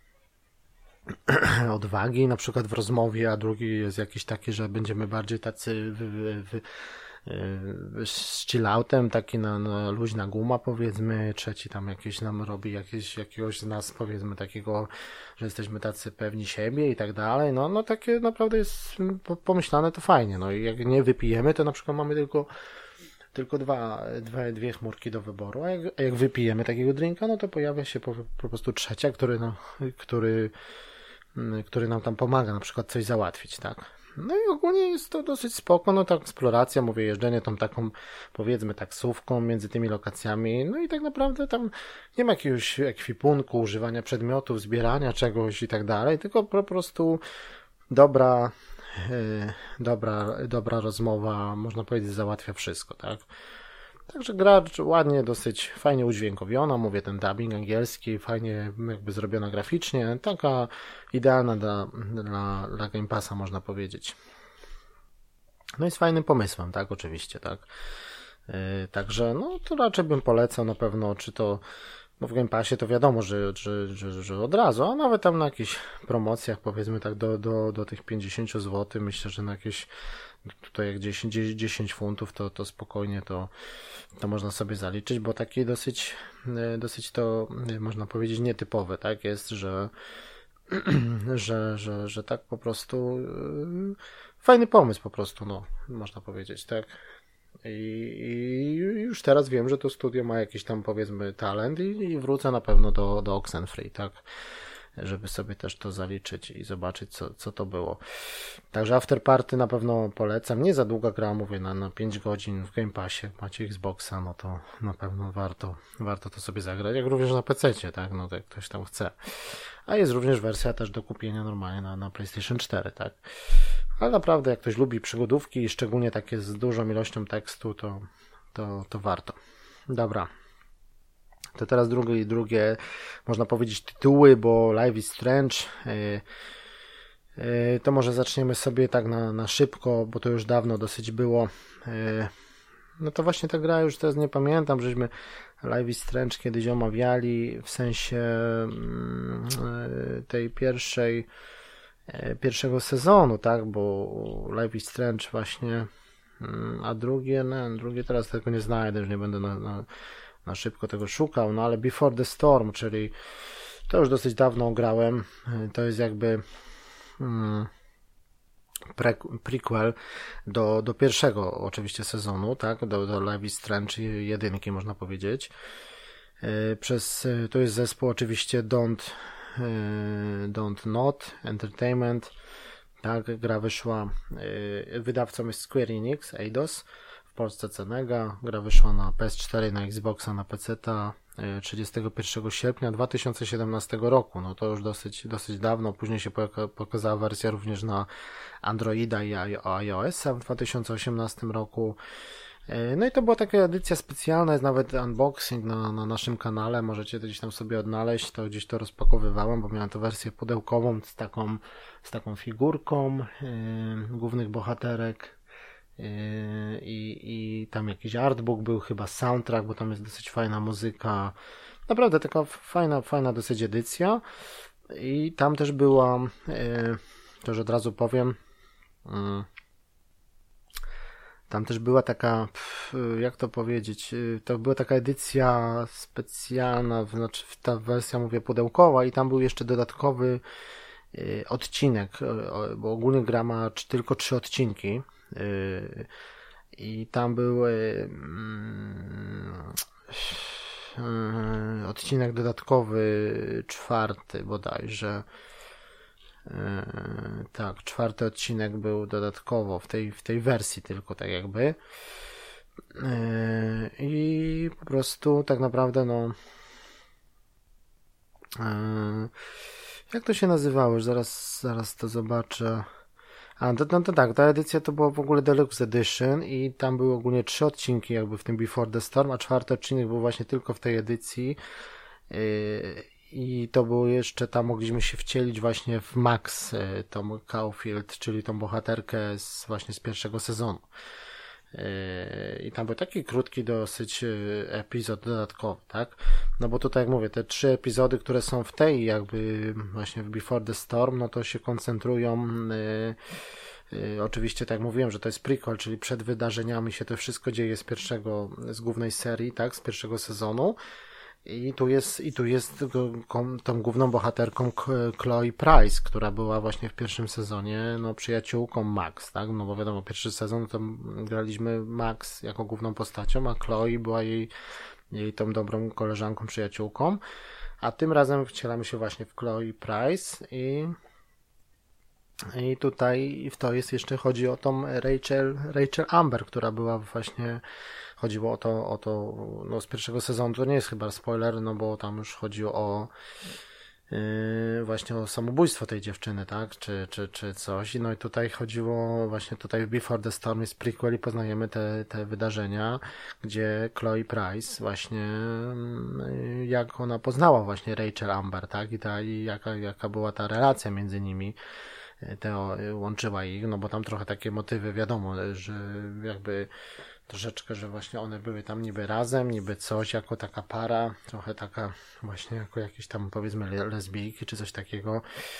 Speaker 1: odwagi na przykład w rozmowie, a drugi jest jakiś taki, że będziemy bardziej tacy wy, wy, wy, wy, z chilloutem, taki na, na luźna guma powiedzmy, trzeci tam jakieś nam robi jakieś, jakiegoś z nas powiedzmy takiego, że jesteśmy tacy pewni siebie i tak dalej, no, no takie naprawdę jest pomyślane to fajnie, no i jak nie wypijemy, to na przykład mamy tylko tylko dwa, dwie, dwie chmurki do wyboru, a jak, a jak wypijemy takiego drinka, no to pojawia się po, po prostu trzecia, który, no, który który nam tam pomaga na przykład coś załatwić, tak. No i ogólnie jest to dosyć spoko, no ta eksploracja, mówię, jeżdżenie tą taką, powiedzmy, taksówką między tymi lokacjami, no i tak naprawdę tam nie ma jakiegoś ekwipunku, używania przedmiotów, zbierania czegoś i tak dalej, tylko po prostu dobra, yy, dobra, dobra rozmowa, można powiedzieć, załatwia wszystko, tak. Także gra ładnie, dosyć fajnie udźwiękowiona, mówię, ten dubbing angielski, fajnie jakby zrobiona graficznie, taka idealna dla, dla, dla Game Passa, można powiedzieć. No i z fajnym pomysłem, tak, oczywiście, tak. Yy, także, no to raczej bym polecał na pewno, czy to, bo w Game Passie to wiadomo, że, że, że, że od razu, a nawet tam na jakichś promocjach, powiedzmy tak do, do, do tych pięćdziesiąt złotych, myślę, że na jakieś tutaj jak dziesięć, dziesięć funtów, to, to spokojnie to, to można sobie zaliczyć, bo taki dosyć, dosyć to można powiedzieć nietypowe, tak jest, że, że, że, że tak po prostu fajny pomysł po prostu, no, można powiedzieć, tak. I, i już teraz wiem, że to studio ma jakiś tam powiedzmy talent i, i wrócę na pewno do, do Oxenfree, tak? Żeby sobie też to zaliczyć i zobaczyć, co, co to było. Także Afterparty na pewno polecam. Nie za długa gra, mówię, na, na pięć godzin w Game Passie. Macie Xboxa, no to na pewno warto, warto to sobie zagrać, jak również na pececie, tak? No to jak ktoś tam chce. A jest również wersja też do kupienia normalnie na, na PlayStation cztery, tak? Ale naprawdę, jak ktoś lubi przygodówki i szczególnie takie z dużą ilością tekstu, to, to, to warto. Dobra. To teraz drugie, drugie, można powiedzieć, tytuły, bo Life is Strange. Yy, yy, to może zaczniemy sobie tak na, na szybko, bo to już dawno dosyć było. Yy, no to właśnie ta gra, już teraz nie pamiętam, żeśmy Life is Strange kiedyś omawiali, w sensie yy, tej pierwszej, yy, pierwszego sezonu, tak, bo Life is Strange właśnie, yy, a drugie, no, drugie teraz tego nie znajdę, już nie będę na, na na szybko tego szukał, no ale Before the Storm, czyli to już dosyć dawno grałem, to jest jakby hmm, pre, prequel do, do pierwszego oczywiście sezonu, tak, do, do Life is Strange jedynki można powiedzieć. Przez, to jest zespół oczywiście Don't, Don't Not Entertainment, tak, gra wyszła, wydawcą jest Square Enix, Eidos, w Polsce Cenega. Gra wyszła na P S cztery, na Xboxa, na peceta trzydziestego pierwszego sierpnia dwa tysiące siedemnastego roku. No to już dosyć, dosyć dawno. Później się pokazała wersja również na Androida i iOS-a w dwa tysiące osiemnastym roku. No i to była taka edycja specjalna, jest nawet unboxing na, na naszym kanale, możecie to gdzieś tam sobie odnaleźć, to gdzieś to rozpakowywałem, bo miałem to wersję pudełkową z taką, z taką figurką yy, głównych bohaterek. I, i tam jakiś artbook był, chyba soundtrack, bo tam jest dosyć fajna muzyka, naprawdę taka fajna, fajna dosyć edycja. I tam też była, to już od razu powiem, tam też była taka, jak to powiedzieć, to była taka edycja specjalna, znaczy ta wersja, mówię, pudełkowa, i tam był jeszcze dodatkowy odcinek, bo ogólnie gra ma tylko trzy odcinki. I tam był odcinek dodatkowy, czwarty bodajże. Tak, czwarty odcinek był dodatkowo w tej, w tej wersji tylko, tak jakby. I po prostu tak naprawdę, no, jak to się nazywało? Już zaraz, zaraz to zobaczę. A, to, to, to tak, ta edycja to była w ogóle Deluxe Edition i tam były ogólnie trzy odcinki jakby w tym Before the Storm, a czwarty odcinek był właśnie tylko w tej edycji yy, i to było jeszcze, tam mogliśmy się wcielić właśnie w Max, yy, tą Caulfield, czyli tą bohaterkę z, właśnie z pierwszego sezonu. I tam był taki krótki dosyć epizod dodatkowy, tak? No bo tutaj, jak mówię, te trzy epizody, które są w tej jakby właśnie w Before the Storm, no to się koncentrują yy, yy, oczywiście, tak jak mówiłem, że to jest prequel, czyli przed wydarzeniami się to wszystko dzieje z pierwszego, z głównej serii, tak? Z pierwszego sezonu. I tu jest, i tu jest tą główną bohaterką Chloe Price, która była właśnie w pierwszym sezonie, no, przyjaciółką Max, tak? No bo wiadomo, pierwszy sezon to graliśmy Max jako główną postacią, a Chloe była jej, jej tą dobrą koleżanką, przyjaciółką, a tym razem wcielamy się właśnie w Chloe Price i i tutaj w to jest jeszcze, chodzi o tą Rachel, Rachel Amber, która była właśnie, chodziło o to, o to, no z pierwszego sezonu, to nie jest chyba spoiler, no bo tam już chodzi o yy, właśnie o samobójstwo tej dziewczyny, tak, czy, czy, czy coś. No i tutaj chodziło właśnie, tutaj w Before the Storm jest prequel i poznajemy te, te wydarzenia, gdzie Chloe Price właśnie, yy, jak ona poznała właśnie Rachel Amber, tak, i ta, i jaka, jaka była ta relacja między nimi. Teo łączyła ich, no bo tam trochę takie motywy, wiadomo, że jakby troszeczkę, że właśnie one były tam niby razem, niby coś, jako taka para, trochę taka właśnie jako jakieś tam, powiedzmy, lesbijki, czy coś takiego.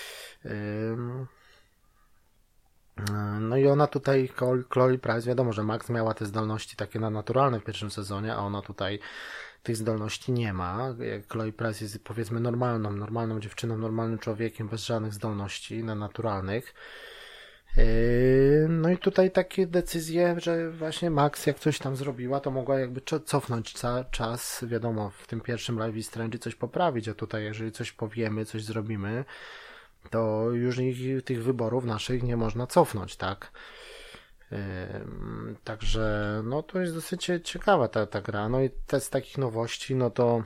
Speaker 1: No i ona tutaj, Chloe Price, wiadomo, że Max miała te zdolności takie naturalne w pierwszym sezonie, a ona tutaj tych zdolności nie ma. Chloe Price jest, powiedzmy, normalną, normalną dziewczyną, normalnym człowiekiem, bez żadnych zdolności na naturalnych. No i tutaj takie decyzje, że właśnie Max jak coś tam zrobiła, to mogła jakby cofnąć ca- czas, wiadomo, w tym pierwszym Life is Strange coś poprawić, a tutaj jeżeli coś powiemy, coś zrobimy, to już ich, tych wyborów naszych nie można cofnąć, tak? Także no to jest dosyć ciekawa ta, ta gra. No i te z takich nowości, no to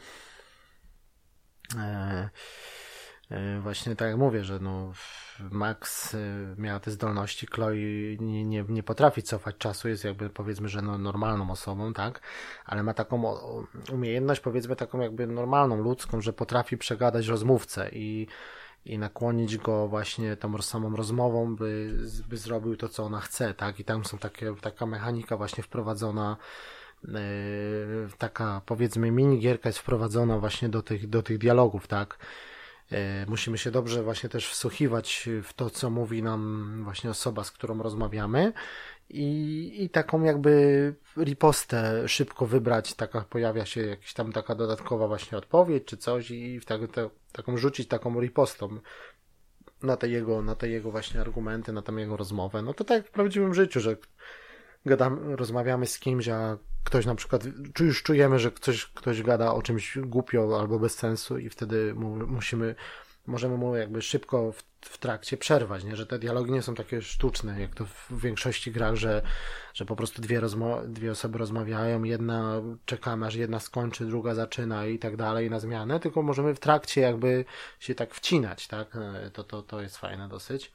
Speaker 1: e, e, właśnie tak jak mówię, że no Max miała te zdolności, Chloe nie, nie, nie potrafi cofać czasu, jest jakby powiedzmy, że no, normalną osobą, tak? Ale ma taką umiejętność, powiedzmy taką jakby normalną, ludzką, że potrafi przegadać rozmówcę i i nakłonić go właśnie tą samą rozmową, by, by zrobił to, co ona chce, tak? I tam są takie, taka mechanika właśnie wprowadzona, yy, taka powiedzmy minigierka jest wprowadzona właśnie do tych, do tych dialogów, tak? Yy, musimy się dobrze właśnie też wsłuchiwać w to, co mówi nam właśnie osoba, z którą rozmawiamy i, i taką jakby ripostę szybko wybrać, taka pojawia się jakaś tam taka dodatkowa właśnie odpowiedź czy coś i w tak, te, taką rzucić taką ripostą na te jego, na te jego właśnie argumenty, na tę jego rozmowę. No to tak jak w prawdziwym życiu, że gadamy, rozmawiamy z kimś, a ktoś na przykład, już czujemy, że ktoś, ktoś gada o czymś głupio albo bez sensu i wtedy mu, musimy możemy mu jakby szybko w, w trakcie przerwać, nie? Że te dialogi nie są takie sztuczne, jak to w większości grach, że, że po prostu dwie, rozmo- dwie osoby rozmawiają, jedna czekamy, aż jedna skończy, druga zaczyna i tak dalej na zmianę, tylko możemy w trakcie jakby się tak wcinać, tak? To, to, to jest fajne dosyć.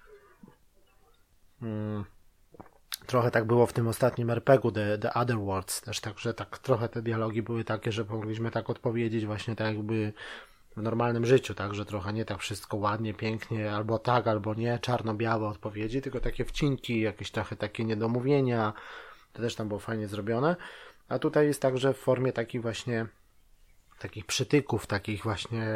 Speaker 1: Hmm. Trochę tak było w tym ostatnim er pe gu The, The Other Worlds też, także tak trochę te dialogi były takie, że mogliśmy tak odpowiedzieć właśnie tak jakby w normalnym życiu, tak, że trochę nie tak wszystko ładnie, pięknie, albo tak, albo nie, czarno-białe odpowiedzi, tylko takie wcinki, jakieś trochę takie niedomówienia, to też tam było fajnie zrobione, a tutaj jest także w formie takich właśnie takich przytyków, takich właśnie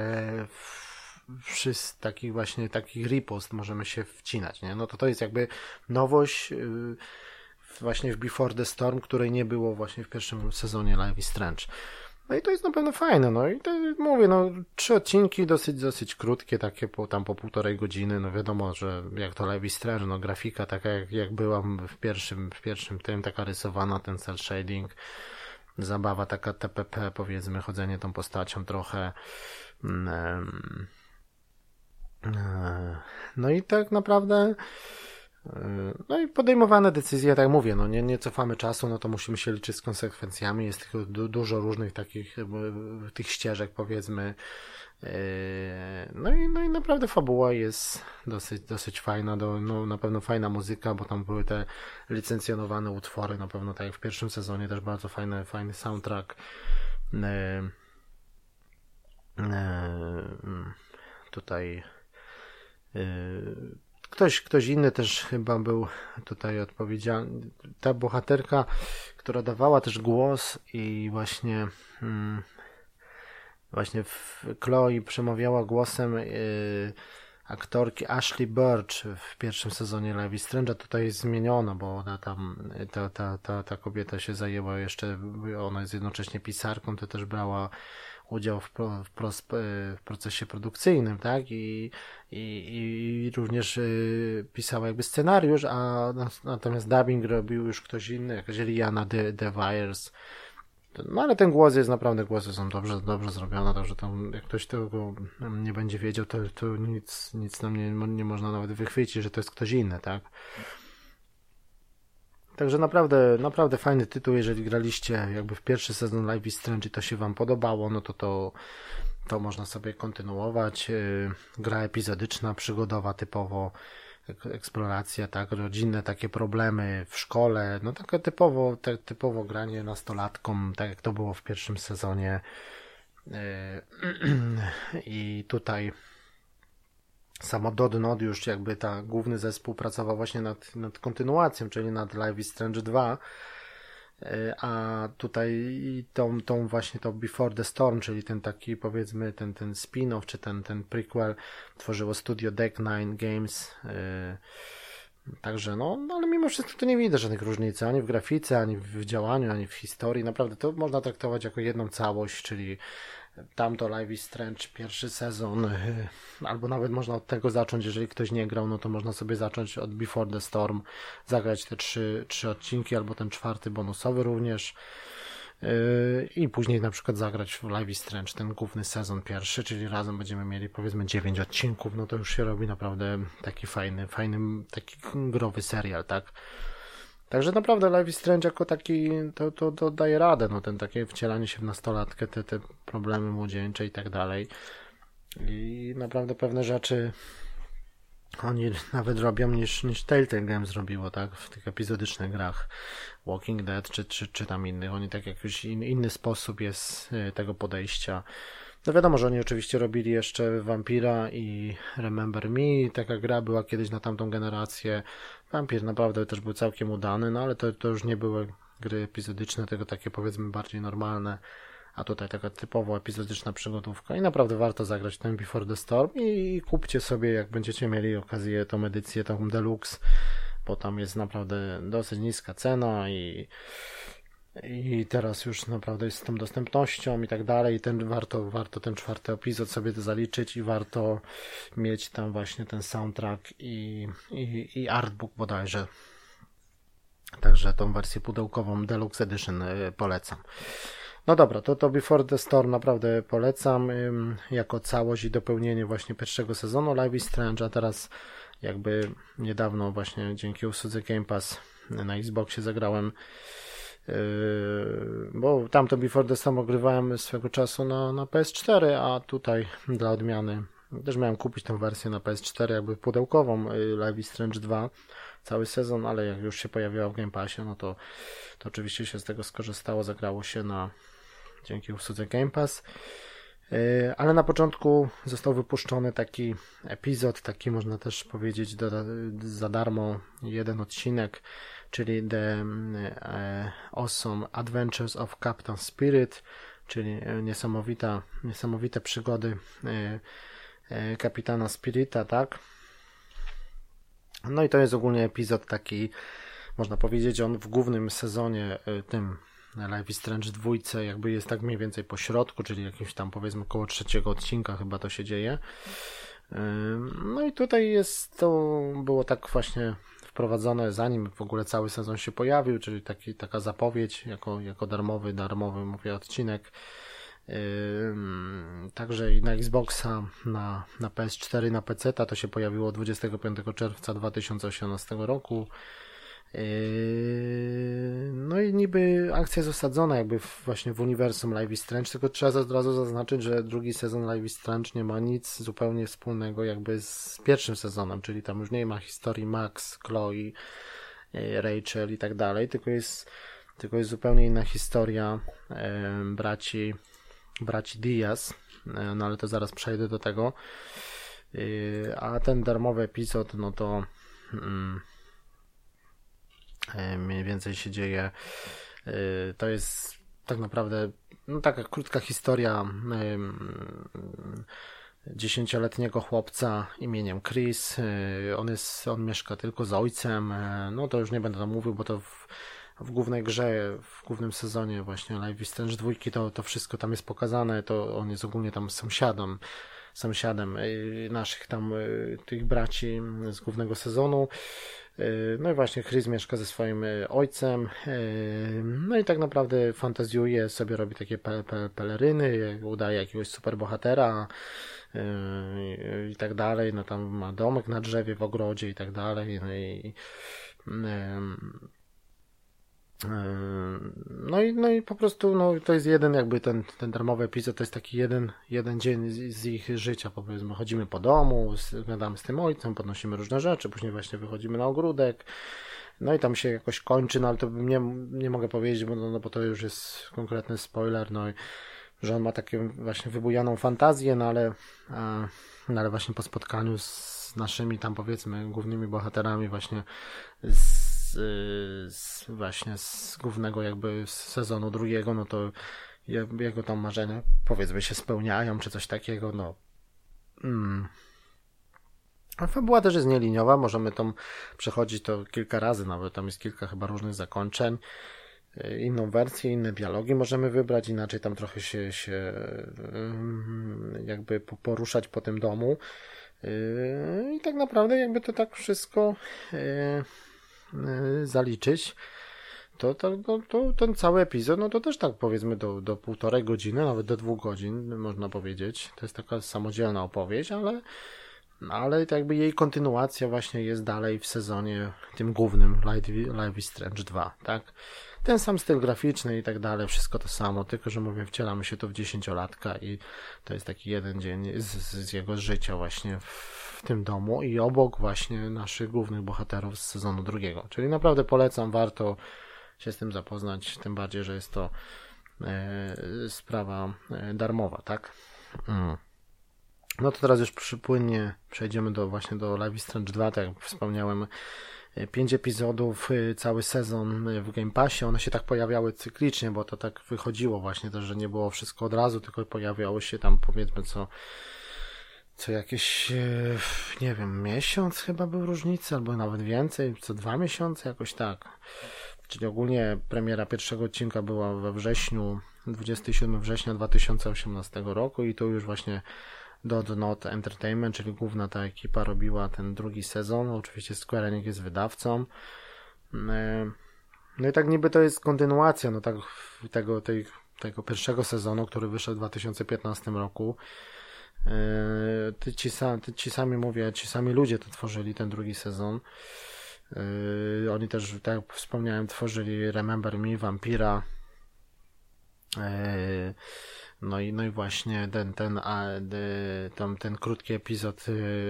Speaker 1: wszyscy, takich właśnie takich ripost możemy się wcinać, nie? No to to jest jakby nowość yy, właśnie w Before the Storm, której nie było właśnie w pierwszym sezonie Life is Strange. No i to jest na pewno fajne, no i to mówię, no trzy odcinki dosyć, dosyć krótkie, takie po, tam po półtorej godziny, no wiadomo, że jak to Life is Strange, no grafika taka jak, jak była w pierwszym, w pierwszym tym, taka rysowana, ten cel shading, zabawa taka te pe pe, powiedzmy, chodzenie tą postacią trochę, um, no i tak naprawdę no i podejmowane decyzje, tak jak mówię, no nie, nie cofamy czasu, no to musimy się liczyć z konsekwencjami, jest tych, du, dużo różnych takich tych ścieżek, powiedzmy, no i, no i naprawdę fabuła jest dosyć, dosyć fajna, do, no na pewno fajna muzyka, bo tam były te licencjonowane utwory, na pewno tak jak w pierwszym sezonie też bardzo fajny, fajny soundtrack. Tutaj Ktoś, ktoś inny też chyba był tutaj odpowiedzialny. Ta bohaterka, która dawała też głos i właśnie hmm, właśnie w Chloe przemawiała głosem yy, aktorki Ashley Burch w pierwszym sezonie Life is Strange, tutaj jest zmieniona, bo ona tam, ta, ta, ta, ta kobieta się zajęła jeszcze, ona jest jednocześnie pisarką, to też brała udział w, pro, w, pros, w procesie produkcyjnym, tak? I, i, i również y, pisała jakby scenariusz, a natomiast dubbing robił już ktoś inny, jakaś Liana De, De Wires. No ale ten głos jest naprawdę, głosy są dobrze, dobrze zrobione, także tam jak ktoś tego nie będzie wiedział, to, to nic, nic nam nie, nie można nawet wychwycić, że to jest ktoś inny, tak? Także naprawdę, naprawdę fajny tytuł, jeżeli graliście jakby w pierwszy sezon Life is Strange i to się wam podobało, no to to, to można sobie kontynuować. Gra epizodyczna, przygodowa typowo, eksploracja, tak, rodzinne takie problemy w szkole, no takie typowo, te, typowo granie nastolatkom, tak jak to było w pierwszym sezonie. I tutaj samo Dodnod już jakby ta główny zespół pracował właśnie nad, nad kontynuacją, czyli nad Life is Strange dwa, a tutaj tą, tą właśnie to Before the Storm, czyli ten taki powiedzmy ten, ten spin-off, czy ten, ten prequel tworzyło studio Deck Nine Games. Także no, no, ale mimo wszystko to nie widać żadnych różnic, ani w grafice, ani w działaniu, ani w historii. Naprawdę to można traktować jako jedną całość, czyli tamto Life is Strange pierwszy sezon, albo nawet można od tego zacząć, jeżeli ktoś nie grał, no to można sobie zacząć od Before the Storm, zagrać te trzy, trzy odcinki, albo ten czwarty bonusowy również i później na przykład zagrać w Life is Strange ten główny sezon pierwszy, czyli razem będziemy mieli powiedzmy dziewięć odcinków, no to już się robi naprawdę taki fajny, fajny, taki growy serial, tak? Także naprawdę Life is Strange jako taki, to, to, to daje radę, no ten takie wcielanie się w nastolatkę, te, te problemy młodzieńcze i tak dalej. I naprawdę pewne rzeczy oni nawet robią niż, niż Telltale Games zrobiło, tak, w tych epizodycznych grach Walking Dead czy, czy, czy tam innych. Oni tak jakiś in, inny sposób jest tego podejścia. No wiadomo, że oni oczywiście robili jeszcze Vampira i Remember Me. Taka gra była kiedyś na tamtą generację. Vampir naprawdę też był całkiem udany, no ale to, to już nie były gry epizodyczne, tego takie powiedzmy bardziej normalne. A tutaj taka typowo epizodyczna przygodówka i naprawdę warto zagrać ten Before the Storm i kupcie sobie, jak będziecie mieli okazję, tą edycję, tą Deluxe, bo tam jest naprawdę dosyć niska cena i i teraz już naprawdę jest z tą dostępnością i tak dalej i ten, warto, warto ten czwarty epizod sobie to zaliczyć i warto mieć tam właśnie ten soundtrack i, i, i artbook bodajże. Także tą wersję pudełkową Deluxe Edition polecam. No dobra, to, to Before the Storm naprawdę polecam ym, jako całość i dopełnienie właśnie pierwszego sezonu Life is Strange, a teraz jakby niedawno właśnie dzięki usłudze Game Pass na Xboxie zagrałem, yy, bo tamto Before the Storm ogrywałem swego czasu na, na P S cztery, a tutaj dla odmiany też miałem kupić tę wersję na P S cztery jakby pudełkową yy, Life is Strange dwa, cały sezon, ale jak już się pojawiła w Game Passie, no to, to oczywiście się z tego skorzystało, zagrało się na dzięki usłudze Game Pass, yy, ale na początku został wypuszczony taki epizod, taki można też powiedzieć do, za darmo, jeden odcinek, czyli The e, Awesome Adventures of Captain Spirit, czyli niesamowita, niesamowite przygody e, e, kapitana Spirita, tak? No i to jest ogólnie epizod taki, można powiedzieć, on w głównym sezonie e, tym Life is Strange dwójce jakby jest tak mniej więcej po środku, czyli jakimś tam powiedzmy koło trzeciego odcinka chyba to się dzieje. No i tutaj jest to, było tak właśnie wprowadzone zanim w ogóle cały sezon się pojawił, czyli taki, taka zapowiedź jako, jako darmowy, darmowy mówię odcinek. Także i na Xboxa, na, na P S cztery, na P C to się pojawiło dwudziestego piątego czerwca dwa tysiące osiemnastego roku. No i niby akcja jest osadzona jakby w, właśnie w uniwersum Life is Strange, tylko trzeba od razu zaznaczyć, że drugi sezon Life is Strange nie ma nic zupełnie wspólnego jakby z pierwszym sezonem, czyli tam już nie ma historii Max, Chloe, Rachel i tak dalej, tylko jest, tylko jest zupełnie inna historia e, braci, braci Diaz, e, no ale to zaraz przejdę do tego, e, a ten darmowy epizod, no to mm, mniej więcej się dzieje. To jest tak naprawdę no, taka krótka historia dziesięcioletniego chłopca imieniem Chris. On jest, on mieszka tylko z ojcem. No to już nie będę tam mówił, bo to w, w głównej grze, w głównym sezonie właśnie Life is Strange dwa to, to wszystko tam jest pokazane. To on jest ogólnie tam sąsiadem sąsiadem naszych tam tych braci z głównego sezonu. No i właśnie Chris mieszka ze swoim ojcem, no i tak naprawdę fantazjuje, sobie robi takie pe- pe- peleryny, udaje jakiegoś superbohatera i tak dalej, no tam ma domek na drzewie w ogrodzie i tak dalej, no i No i, no i po prostu no, to jest jeden jakby ten, ten darmowy epizod, to jest taki jeden, jeden dzień z, z ich życia, powiedzmy, chodzimy po domu, gadamy z tym ojcem, podnosimy różne rzeczy, później właśnie wychodzimy na ogródek, no i tam się jakoś kończy, no ale to bym nie, nie mogę powiedzieć, bo, no, bo to już jest konkretny spoiler, no i że on ma taką właśnie wybujaną fantazję, no ale, a, no ale właśnie po spotkaniu z naszymi tam powiedzmy głównymi bohaterami właśnie z Z, z, właśnie z głównego jakby sezonu drugiego, no to jego tam marzenia powiedzmy się spełniają, czy coś takiego, no mm. A fabuła też jest nieliniowa, możemy tam przechodzić to kilka razy, nawet tam jest kilka chyba różnych zakończeń, inną wersję, inne dialogi możemy wybrać, inaczej tam trochę się, się jakby poruszać po tym domu. I tak naprawdę jakby to tak wszystko zaliczyć, to, to, to, to ten cały epizod, no to też tak powiedzmy do, do półtorej godziny, nawet do dwóch godzin można powiedzieć. To jest taka samodzielna opowieść, ale ale jakby jej kontynuacja właśnie jest dalej w sezonie tym głównym Life is Strange dwa, tak? Ten sam styl graficzny i tak dalej, wszystko to samo, tylko że mówię, wcielamy się to w dziesięciolatka i to jest taki jeden dzień z, z jego życia właśnie w tym domu i obok właśnie naszych głównych bohaterów z sezonu drugiego. Czyli naprawdę polecam, warto się z tym zapoznać, tym bardziej, że jest to e, sprawa e, darmowa, tak? Mm. No to teraz już przypłynnie przejdziemy do właśnie do Life is Strange dwa, tak jak wspomniałem, pięć epizodów, cały sezon w Game Passie, one się tak pojawiały cyklicznie, bo to tak wychodziło właśnie też, że nie było wszystko od razu, tylko pojawiało się tam powiedzmy co co jakieś, nie wiem, miesiąc chyba był różnicy, albo nawet więcej, co dwa miesiące, jakoś tak. Czyli ogólnie premiera pierwszego odcinka była we wrześniu, dwudziestego siódmego września dwa tysiące osiemnastego roku i to już właśnie Dot Not Entertainment, czyli główna ta ekipa robiła ten drugi sezon. Oczywiście Square Enix jest wydawcą. No i tak niby to jest kontynuacja no tak tego, tej, tego pierwszego sezonu, który wyszedł w dwa tysiące piętnastym roku. Ci, sam, ci sami mówię, ci sami ludzie to tworzyli, ten drugi sezon. Oni też, tak jak wspomniałem, tworzyli Remember Me, Vampira. No i, no i właśnie ten, ten, ten, ten krótki epizod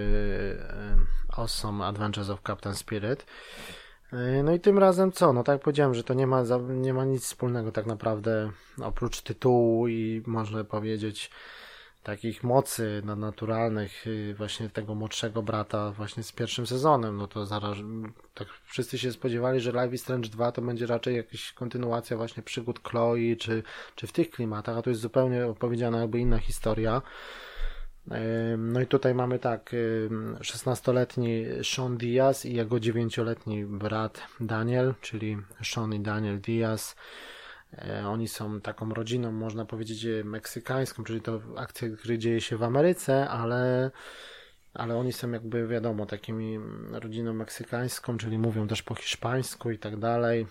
Speaker 1: Awesome Adventures of Captain Spirit. No i tym razem co? No tak jak powiedziałem, że to nie ma, nie ma nic wspólnego tak naprawdę oprócz tytułu i można powiedzieć takich mocy naturalnych właśnie tego młodszego brata właśnie z pierwszym sezonem. No to zaraz tak wszyscy się spodziewali, że Life is Strange dwa to będzie raczej jakaś kontynuacja właśnie przygód Chloe czy, czy w tych klimatach, a tu jest zupełnie opowiedziana jakby inna historia. No i tutaj mamy tak, szesnastoletni Sean Diaz i jego dziewięcioletni brat Daniel, czyli Sean i Daniel Diaz. Oni są taką rodziną, można powiedzieć, meksykańską, czyli to akcja, która dzieje się w Ameryce, ale, ale oni są jakby, wiadomo, takimi rodziną meksykańską, czyli mówią też po hiszpańsku i tak dalej.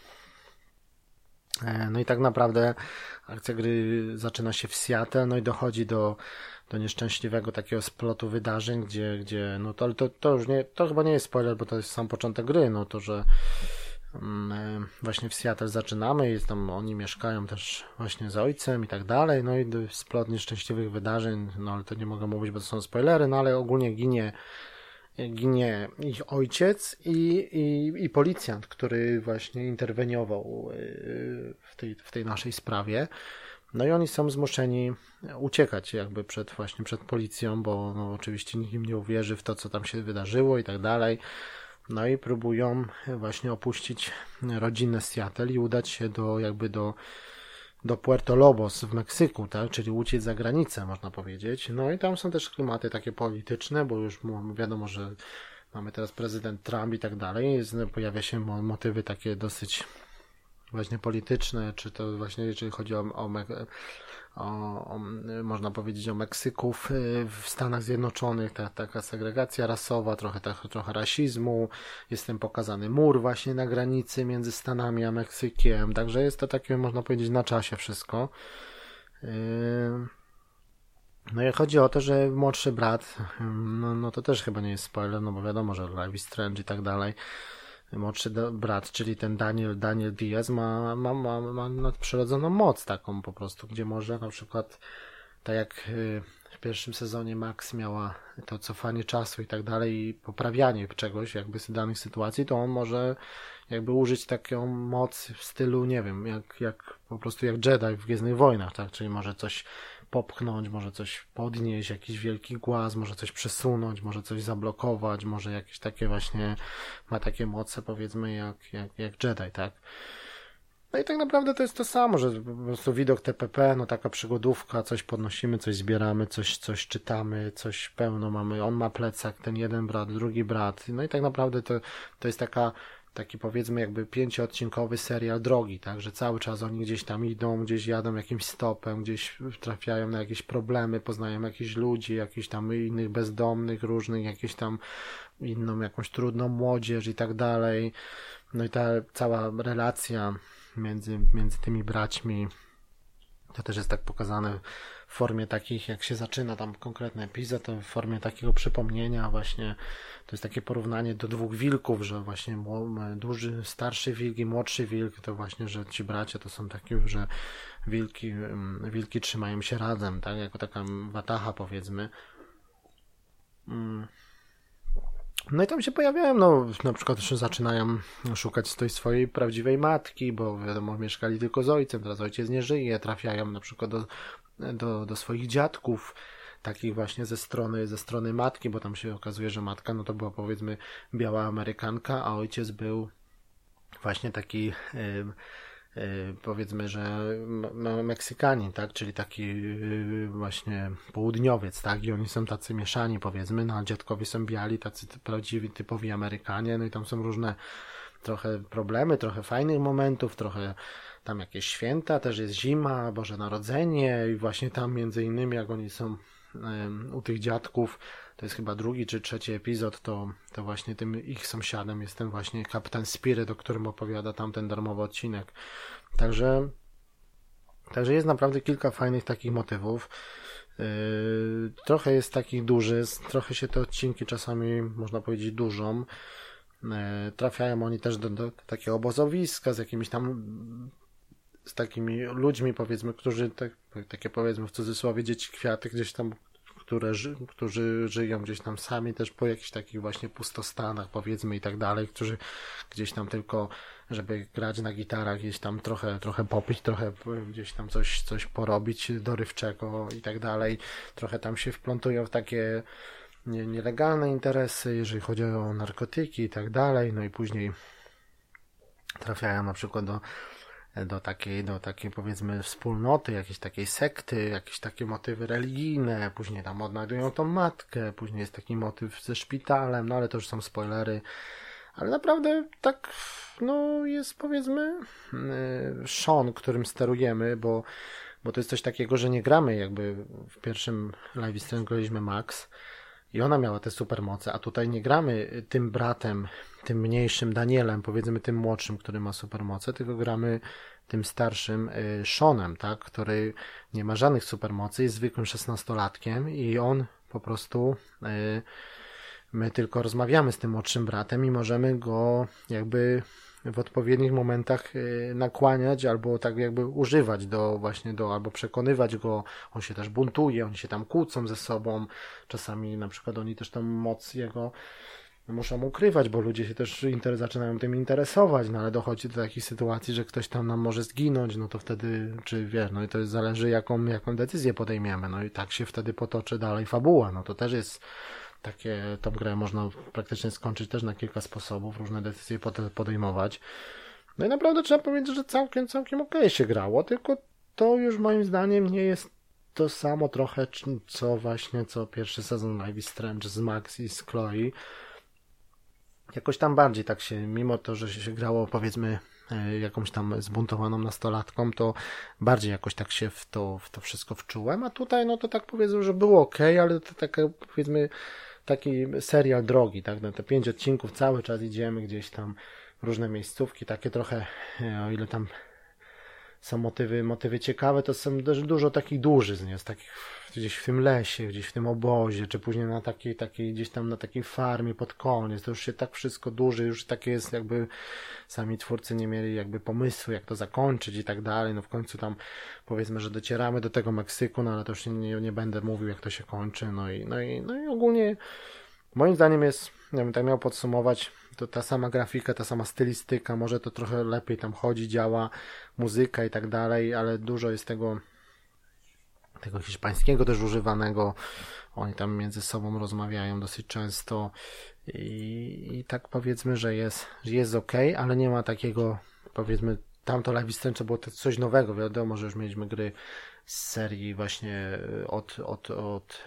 Speaker 1: No i tak naprawdę akcja gry zaczyna się w Seattle, no i dochodzi do, do nieszczęśliwego takiego splotu wydarzeń, gdzie, gdzie no to, to, to już nie, to chyba nie jest spoiler, bo to jest sam początek gry, no to, że właśnie w Seattle zaczynamy i tam oni mieszkają też właśnie z ojcem i tak dalej, no i splot nieszczęśliwych wydarzeń, no ale to nie mogę mówić, bo to są spoilery, no ale ogólnie ginie ginie ich ojciec i, i, i policjant, który właśnie interweniował w tej, w tej naszej sprawie. No i oni są zmuszeni uciekać jakby przed właśnie przed policją, bo no, oczywiście nikt im nie uwierzy w to, co tam się wydarzyło i tak dalej. No i próbują właśnie opuścić rodzinę Seattle i udać się do jakby do, do Puerto Lobos w Meksyku, tak? Czyli uciec za granicę, można powiedzieć. No i tam są też klimaty takie polityczne, bo już wiadomo, że mamy teraz prezydent Trump i tak dalej. Pojawia się motywy takie dosyć właśnie polityczne, czy to właśnie jeżeli chodzi o, o, o, o można powiedzieć o Meksyku w, w Stanach Zjednoczonych, ta, taka segregacja rasowa, trochę, ta, trochę rasizmu, jest tam pokazany mur właśnie na granicy między Stanami a Meksykiem, także jest to takie, można powiedzieć, na czasie wszystko. No i chodzi o to, że młodszy brat, no, no to też chyba nie jest spoiler, no bo wiadomo, że Life is Strange i tak dalej, młodszy brat, czyli ten Daniel, Daniel Diaz ma, ma, ma, ma nadprzyrodzoną moc taką po prostu, gdzie może na przykład, tak jak w pierwszym sezonie Max miała to cofanie czasu i tak dalej i poprawianie czegoś jakby z danych sytuacji, to on może jakby użyć taką moc w stylu, nie wiem, jak, jak po prostu jak Jedi w Gwiezdnych Wojnach, tak, czyli może coś popchnąć, może coś podnieść, jakiś wielki głaz, może coś przesunąć, może coś zablokować, może jakieś takie właśnie, ma takie moce powiedzmy jak, jak, jak Jedi, tak? No i tak naprawdę to jest to samo, że po prostu widok T P P, no taka przygodówka, coś podnosimy, coś zbieramy, coś, coś czytamy, coś pełno mamy, on ma plecak, ten jeden brat, drugi brat, no i tak naprawdę to, to jest taka taki powiedzmy jakby pięcioodcinkowy serial drogi, tak, że cały czas oni gdzieś tam idą, gdzieś jadą jakimś stopem, gdzieś trafiają na jakieś problemy, poznają jakichś ludzi, jakichś tam innych bezdomnych, różnych, jakieś tam inną jakąś trudną młodzież i tak dalej. No i ta cała relacja między, między tymi braćmi, to też jest tak pokazane w formie takich, jak się zaczyna tam konkretny epizod, to w formie takiego przypomnienia właśnie, to jest takie porównanie do dwóch wilków, że właśnie duży, starszy wilk i młodszy wilk, to właśnie, że ci bracia to są takie, że wilki, wilki trzymają się razem, tak, jako taka wataha powiedzmy. No i tam się pojawiają, no na przykład już zaczynają szukać tej swojej prawdziwej matki, bo wiadomo, mieszkali tylko z ojcem, teraz ojciec nie żyje, trafiają na przykład do, do, do swoich dziadków, takich właśnie ze strony, ze strony matki, bo tam się okazuje, że matka no to była powiedzmy biała Amerykanka, a ojciec był właśnie taki yy, yy, powiedzmy, że me- Meksykanin, tak, czyli taki yy, właśnie południowiec, tak, i oni są tacy mieszani powiedzmy, no a dziadkowie są biali, tacy prawdziwi, typowi Amerykanie, no i tam są różne trochę problemy, trochę fajnych momentów, trochę tam jakieś święta, też jest zima, Boże Narodzenie i właśnie tam między innymi jak oni są um, u tych dziadków, to jest chyba drugi czy trzeci epizod, to, to właśnie tym ich sąsiadem jest ten właśnie kapitan Spirit, o którym opowiada tamten darmowy odcinek. Także, także jest naprawdę kilka fajnych takich motywów. Yy, trochę jest takich dużych, trochę się te odcinki czasami, można powiedzieć, dużą. Yy, trafiają oni też do, do takiego obozowiska z jakimiś tam z takimi ludźmi, powiedzmy, którzy tak, takie powiedzmy w cudzysłowie dzieci kwiaty gdzieś tam, które ży, którzy żyją gdzieś tam sami też po jakichś takich właśnie pustostanach powiedzmy i tak dalej, którzy gdzieś tam tylko, żeby grać na gitarach, gdzieś tam trochę, trochę popić, trochę gdzieś tam coś, coś porobić dorywczego i tak dalej, trochę tam się wplątują w takie nie, nielegalne interesy, jeżeli chodzi o narkotyki i tak dalej, no i później trafiają na przykład do do takiej, do takiej powiedzmy wspólnoty, jakiejś takiej sekty, jakieś takie motywy religijne, później tam odnajdują tą matkę, później jest taki motyw ze szpitalem, no ale to już są spoilery, ale naprawdę tak, no jest powiedzmy Sean, którym sterujemy, bo, bo to jest coś takiego, że nie gramy jakby w pierwszym live stream graliśmy Max i ona miała te supermoce, a tutaj nie gramy tym bratem, tym mniejszym Danielem, powiedzmy tym młodszym, który ma supermoce, tylko gramy tym starszym y, Seanem, tak, który nie ma żadnych supermocy, jest zwykłym szesnastolatkiem i on po prostu y, my tylko rozmawiamy z tym młodszym bratem i możemy go jakby w odpowiednich momentach y, nakłaniać albo tak jakby używać do właśnie do, albo przekonywać go, on się też buntuje, oni się tam kłócą ze sobą, czasami na przykład oni też tą moc jego muszą ukrywać, bo ludzie się też inter- zaczynają tym interesować, no ale dochodzi do takiej sytuacji, że ktoś tam nam może zginąć, no to wtedy, czy wiesz, no i to jest, zależy jaką, jaką decyzję podejmiemy, no i tak się wtedy potoczy dalej fabuła, no to też jest takie, tą grę można praktycznie skończyć też na kilka sposobów, różne decyzje podejmować. No i naprawdę trzeba powiedzieć, że całkiem, całkiem okej okay się grało, tylko to już moim zdaniem nie jest to samo trochę, co właśnie, co pierwszy sezon Life is Strange z Max i z Chloe. Jakoś tam bardziej tak się, mimo to, że się grało powiedzmy jakąś tam zbuntowaną nastolatką, to bardziej jakoś tak się w to, w to wszystko wczułem, a tutaj no to tak powiedzmy, że było okej, ale to taka powiedzmy taki serial drogi, tak, na te pięć odcinków cały czas idziemy gdzieś tam w różne miejscówki, takie trochę, o ile tam są motywy, motywy ciekawe, to są też dużo takich dużych, nie? Z takich gdzieś w tym lesie, gdzieś w tym obozie, czy później na takiej, takiej gdzieś tam na takiej farmie pod koniec, to już się tak wszystko duży, już takie jest jakby sami twórcy nie mieli jakby pomysłu, jak to zakończyć i tak dalej, no w końcu tam powiedzmy, że docieramy do tego Meksyku, no ale to już nie, nie będę mówił, jak to się kończy, no i, no i, no i ogólnie moim zdaniem jest, ja bym tak miał podsumować, to ta sama grafika, ta sama stylistyka, może to trochę lepiej tam chodzi, działa, muzyka i tak dalej, ale dużo jest tego tego hiszpańskiego też używanego, oni tam między sobą rozmawiają dosyć często i, i tak powiedzmy, że jest, że jest okej, ale nie ma takiego, powiedzmy, tamto Life is Strange to było coś nowego, wiadomo, że już mieliśmy gry z serii właśnie od, od, od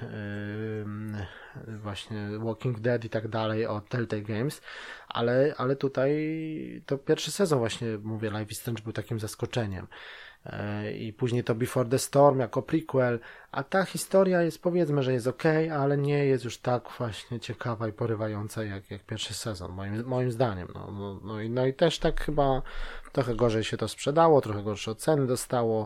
Speaker 1: yy, właśnie Walking Dead i tak dalej, od Telltale Games, ale, ale tutaj to pierwszy sezon właśnie, mówię, Life is Strange był takim zaskoczeniem. I później to Before the Storm jako prequel, a ta historia jest, powiedzmy, że jest okej, okay, ale nie jest już tak właśnie ciekawa i porywająca jak, jak pierwszy sezon, moim, moim zdaniem. No, no, no, i, no i też tak chyba trochę gorzej się to sprzedało, trochę gorsze oceny dostało.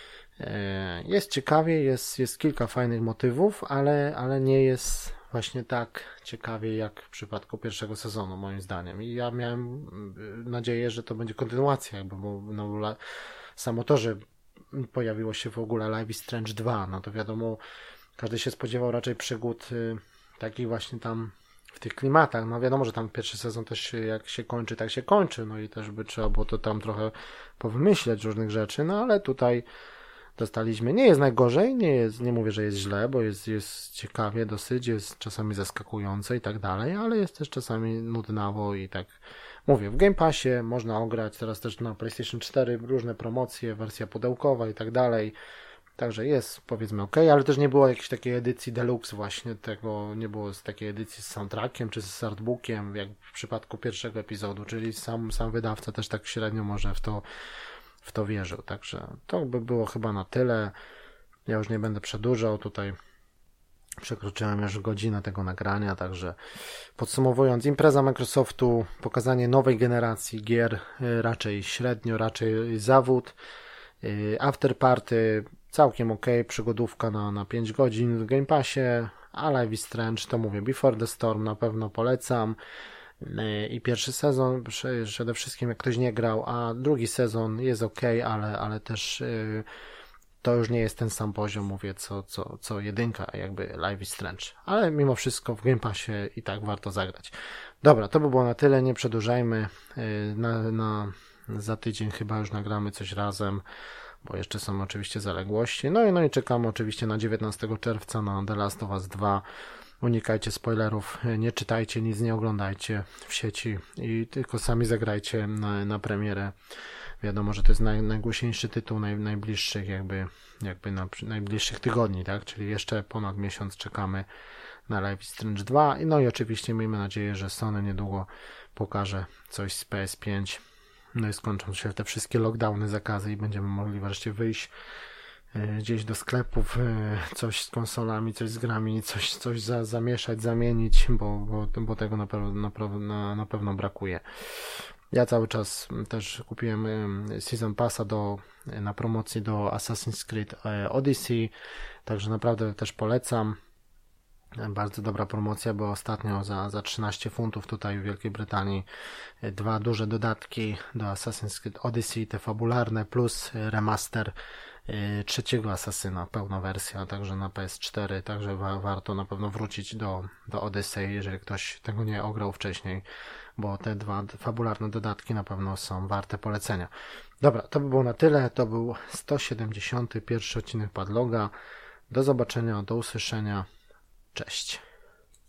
Speaker 1: Jest ciekawie, jest, jest kilka fajnych motywów, ale, ale nie jest właśnie tak ciekawie jak w przypadku pierwszego sezonu, moim zdaniem. I ja miałem nadzieję, że to będzie kontynuacja, jakby, bo no, samo to, że pojawiło się w ogóle Life is Strange dwa, no to wiadomo, każdy się spodziewał raczej przygód y, takich właśnie tam w tych klimatach. No wiadomo, że tam pierwszy sezon też się, jak się kończy, tak się kończy, no i też by trzeba było to tam trochę powymyśleć różnych rzeczy, no ale tutaj dostaliśmy, nie jest najgorzej, nie jest, nie mówię, że jest źle, bo jest, jest ciekawie dosyć, jest czasami zaskakujące i tak dalej, ale jest też czasami nudnawo i tak mówię, w Game Passie można ograć, teraz też na PlayStation cztery różne promocje, wersja pudełkowa i tak dalej, także jest, powiedzmy, ok, ale też nie było jakiejś takiej edycji deluxe właśnie, tego nie było z takiej edycji z soundtrackiem czy z artbookiem, jak w przypadku pierwszego epizodu, czyli sam, sam wydawca też tak średnio może w to w to wierzył, także to by było chyba na tyle. Ja już nie będę przedłużał, tutaj przekroczyłem już godzinę tego nagrania, także podsumowując, impreza Microsoftu, pokazanie nowej generacji gier, raczej średnio, raczej zawód, Afterparty całkiem ok, przygodówka na, na pięć godzin w Game Passie, a Life is Strange to mówię, Before the Storm na pewno polecam. I pierwszy sezon przede wszystkim jak ktoś nie grał, a drugi sezon jest ok, ale, ale też yy, to już nie jest ten sam poziom, mówię, co, co, co jedynka, jakby Life is Strange, ale mimo wszystko w Game Passie i tak warto zagrać. Dobra, to by było na tyle, nie przedłużajmy, yy, na, na, za tydzień chyba już nagramy coś razem, bo jeszcze są oczywiście zaległości, no i, no i czekamy oczywiście na dziewiętnastego czerwca na The Last of Us dwa. Unikajcie spoilerów, nie czytajcie, nic nie oglądajcie w sieci i tylko sami zagrajcie na, na premierę. Wiadomo, że to jest naj, najgłośniejszy tytuł naj, najbliższych jakby, jakby na, najbliższych tygodni, tak? Czyli jeszcze ponad miesiąc czekamy na Life is Strange dwa. No i oczywiście miejmy nadzieję, że Sony niedługo pokaże coś z P S pięć. No i skończą się te wszystkie lockdowny, zakazy i będziemy mogli wreszcie wyjść gdzieś do sklepów, coś z konsolami, coś z grami, coś, coś za, zamieszać, zamienić, bo, bo, bo tego na pewno, na, na pewno brakuje. Ja cały czas też kupiłem Season Passa do, na promocji do Assassin's Creed Odyssey, także naprawdę też polecam. Bardzo dobra promocja, bo ostatnio za, za trzynaście funtów tutaj w Wielkiej Brytanii dwa duże dodatki do Assassin's Creed Odyssey, te fabularne plus remaster trzeciego Asasyna, pełna wersja, także na P S cztery, także wa- warto na pewno wrócić do, do Odyssey, jeżeli ktoś tego nie ograł wcześniej, bo te dwa fabularne dodatki na pewno są warte polecenia. Dobra, to by było na tyle, to był sto siedemdziesiąty pierwszy odcinek Padloga. Do zobaczenia, do usłyszenia, cześć.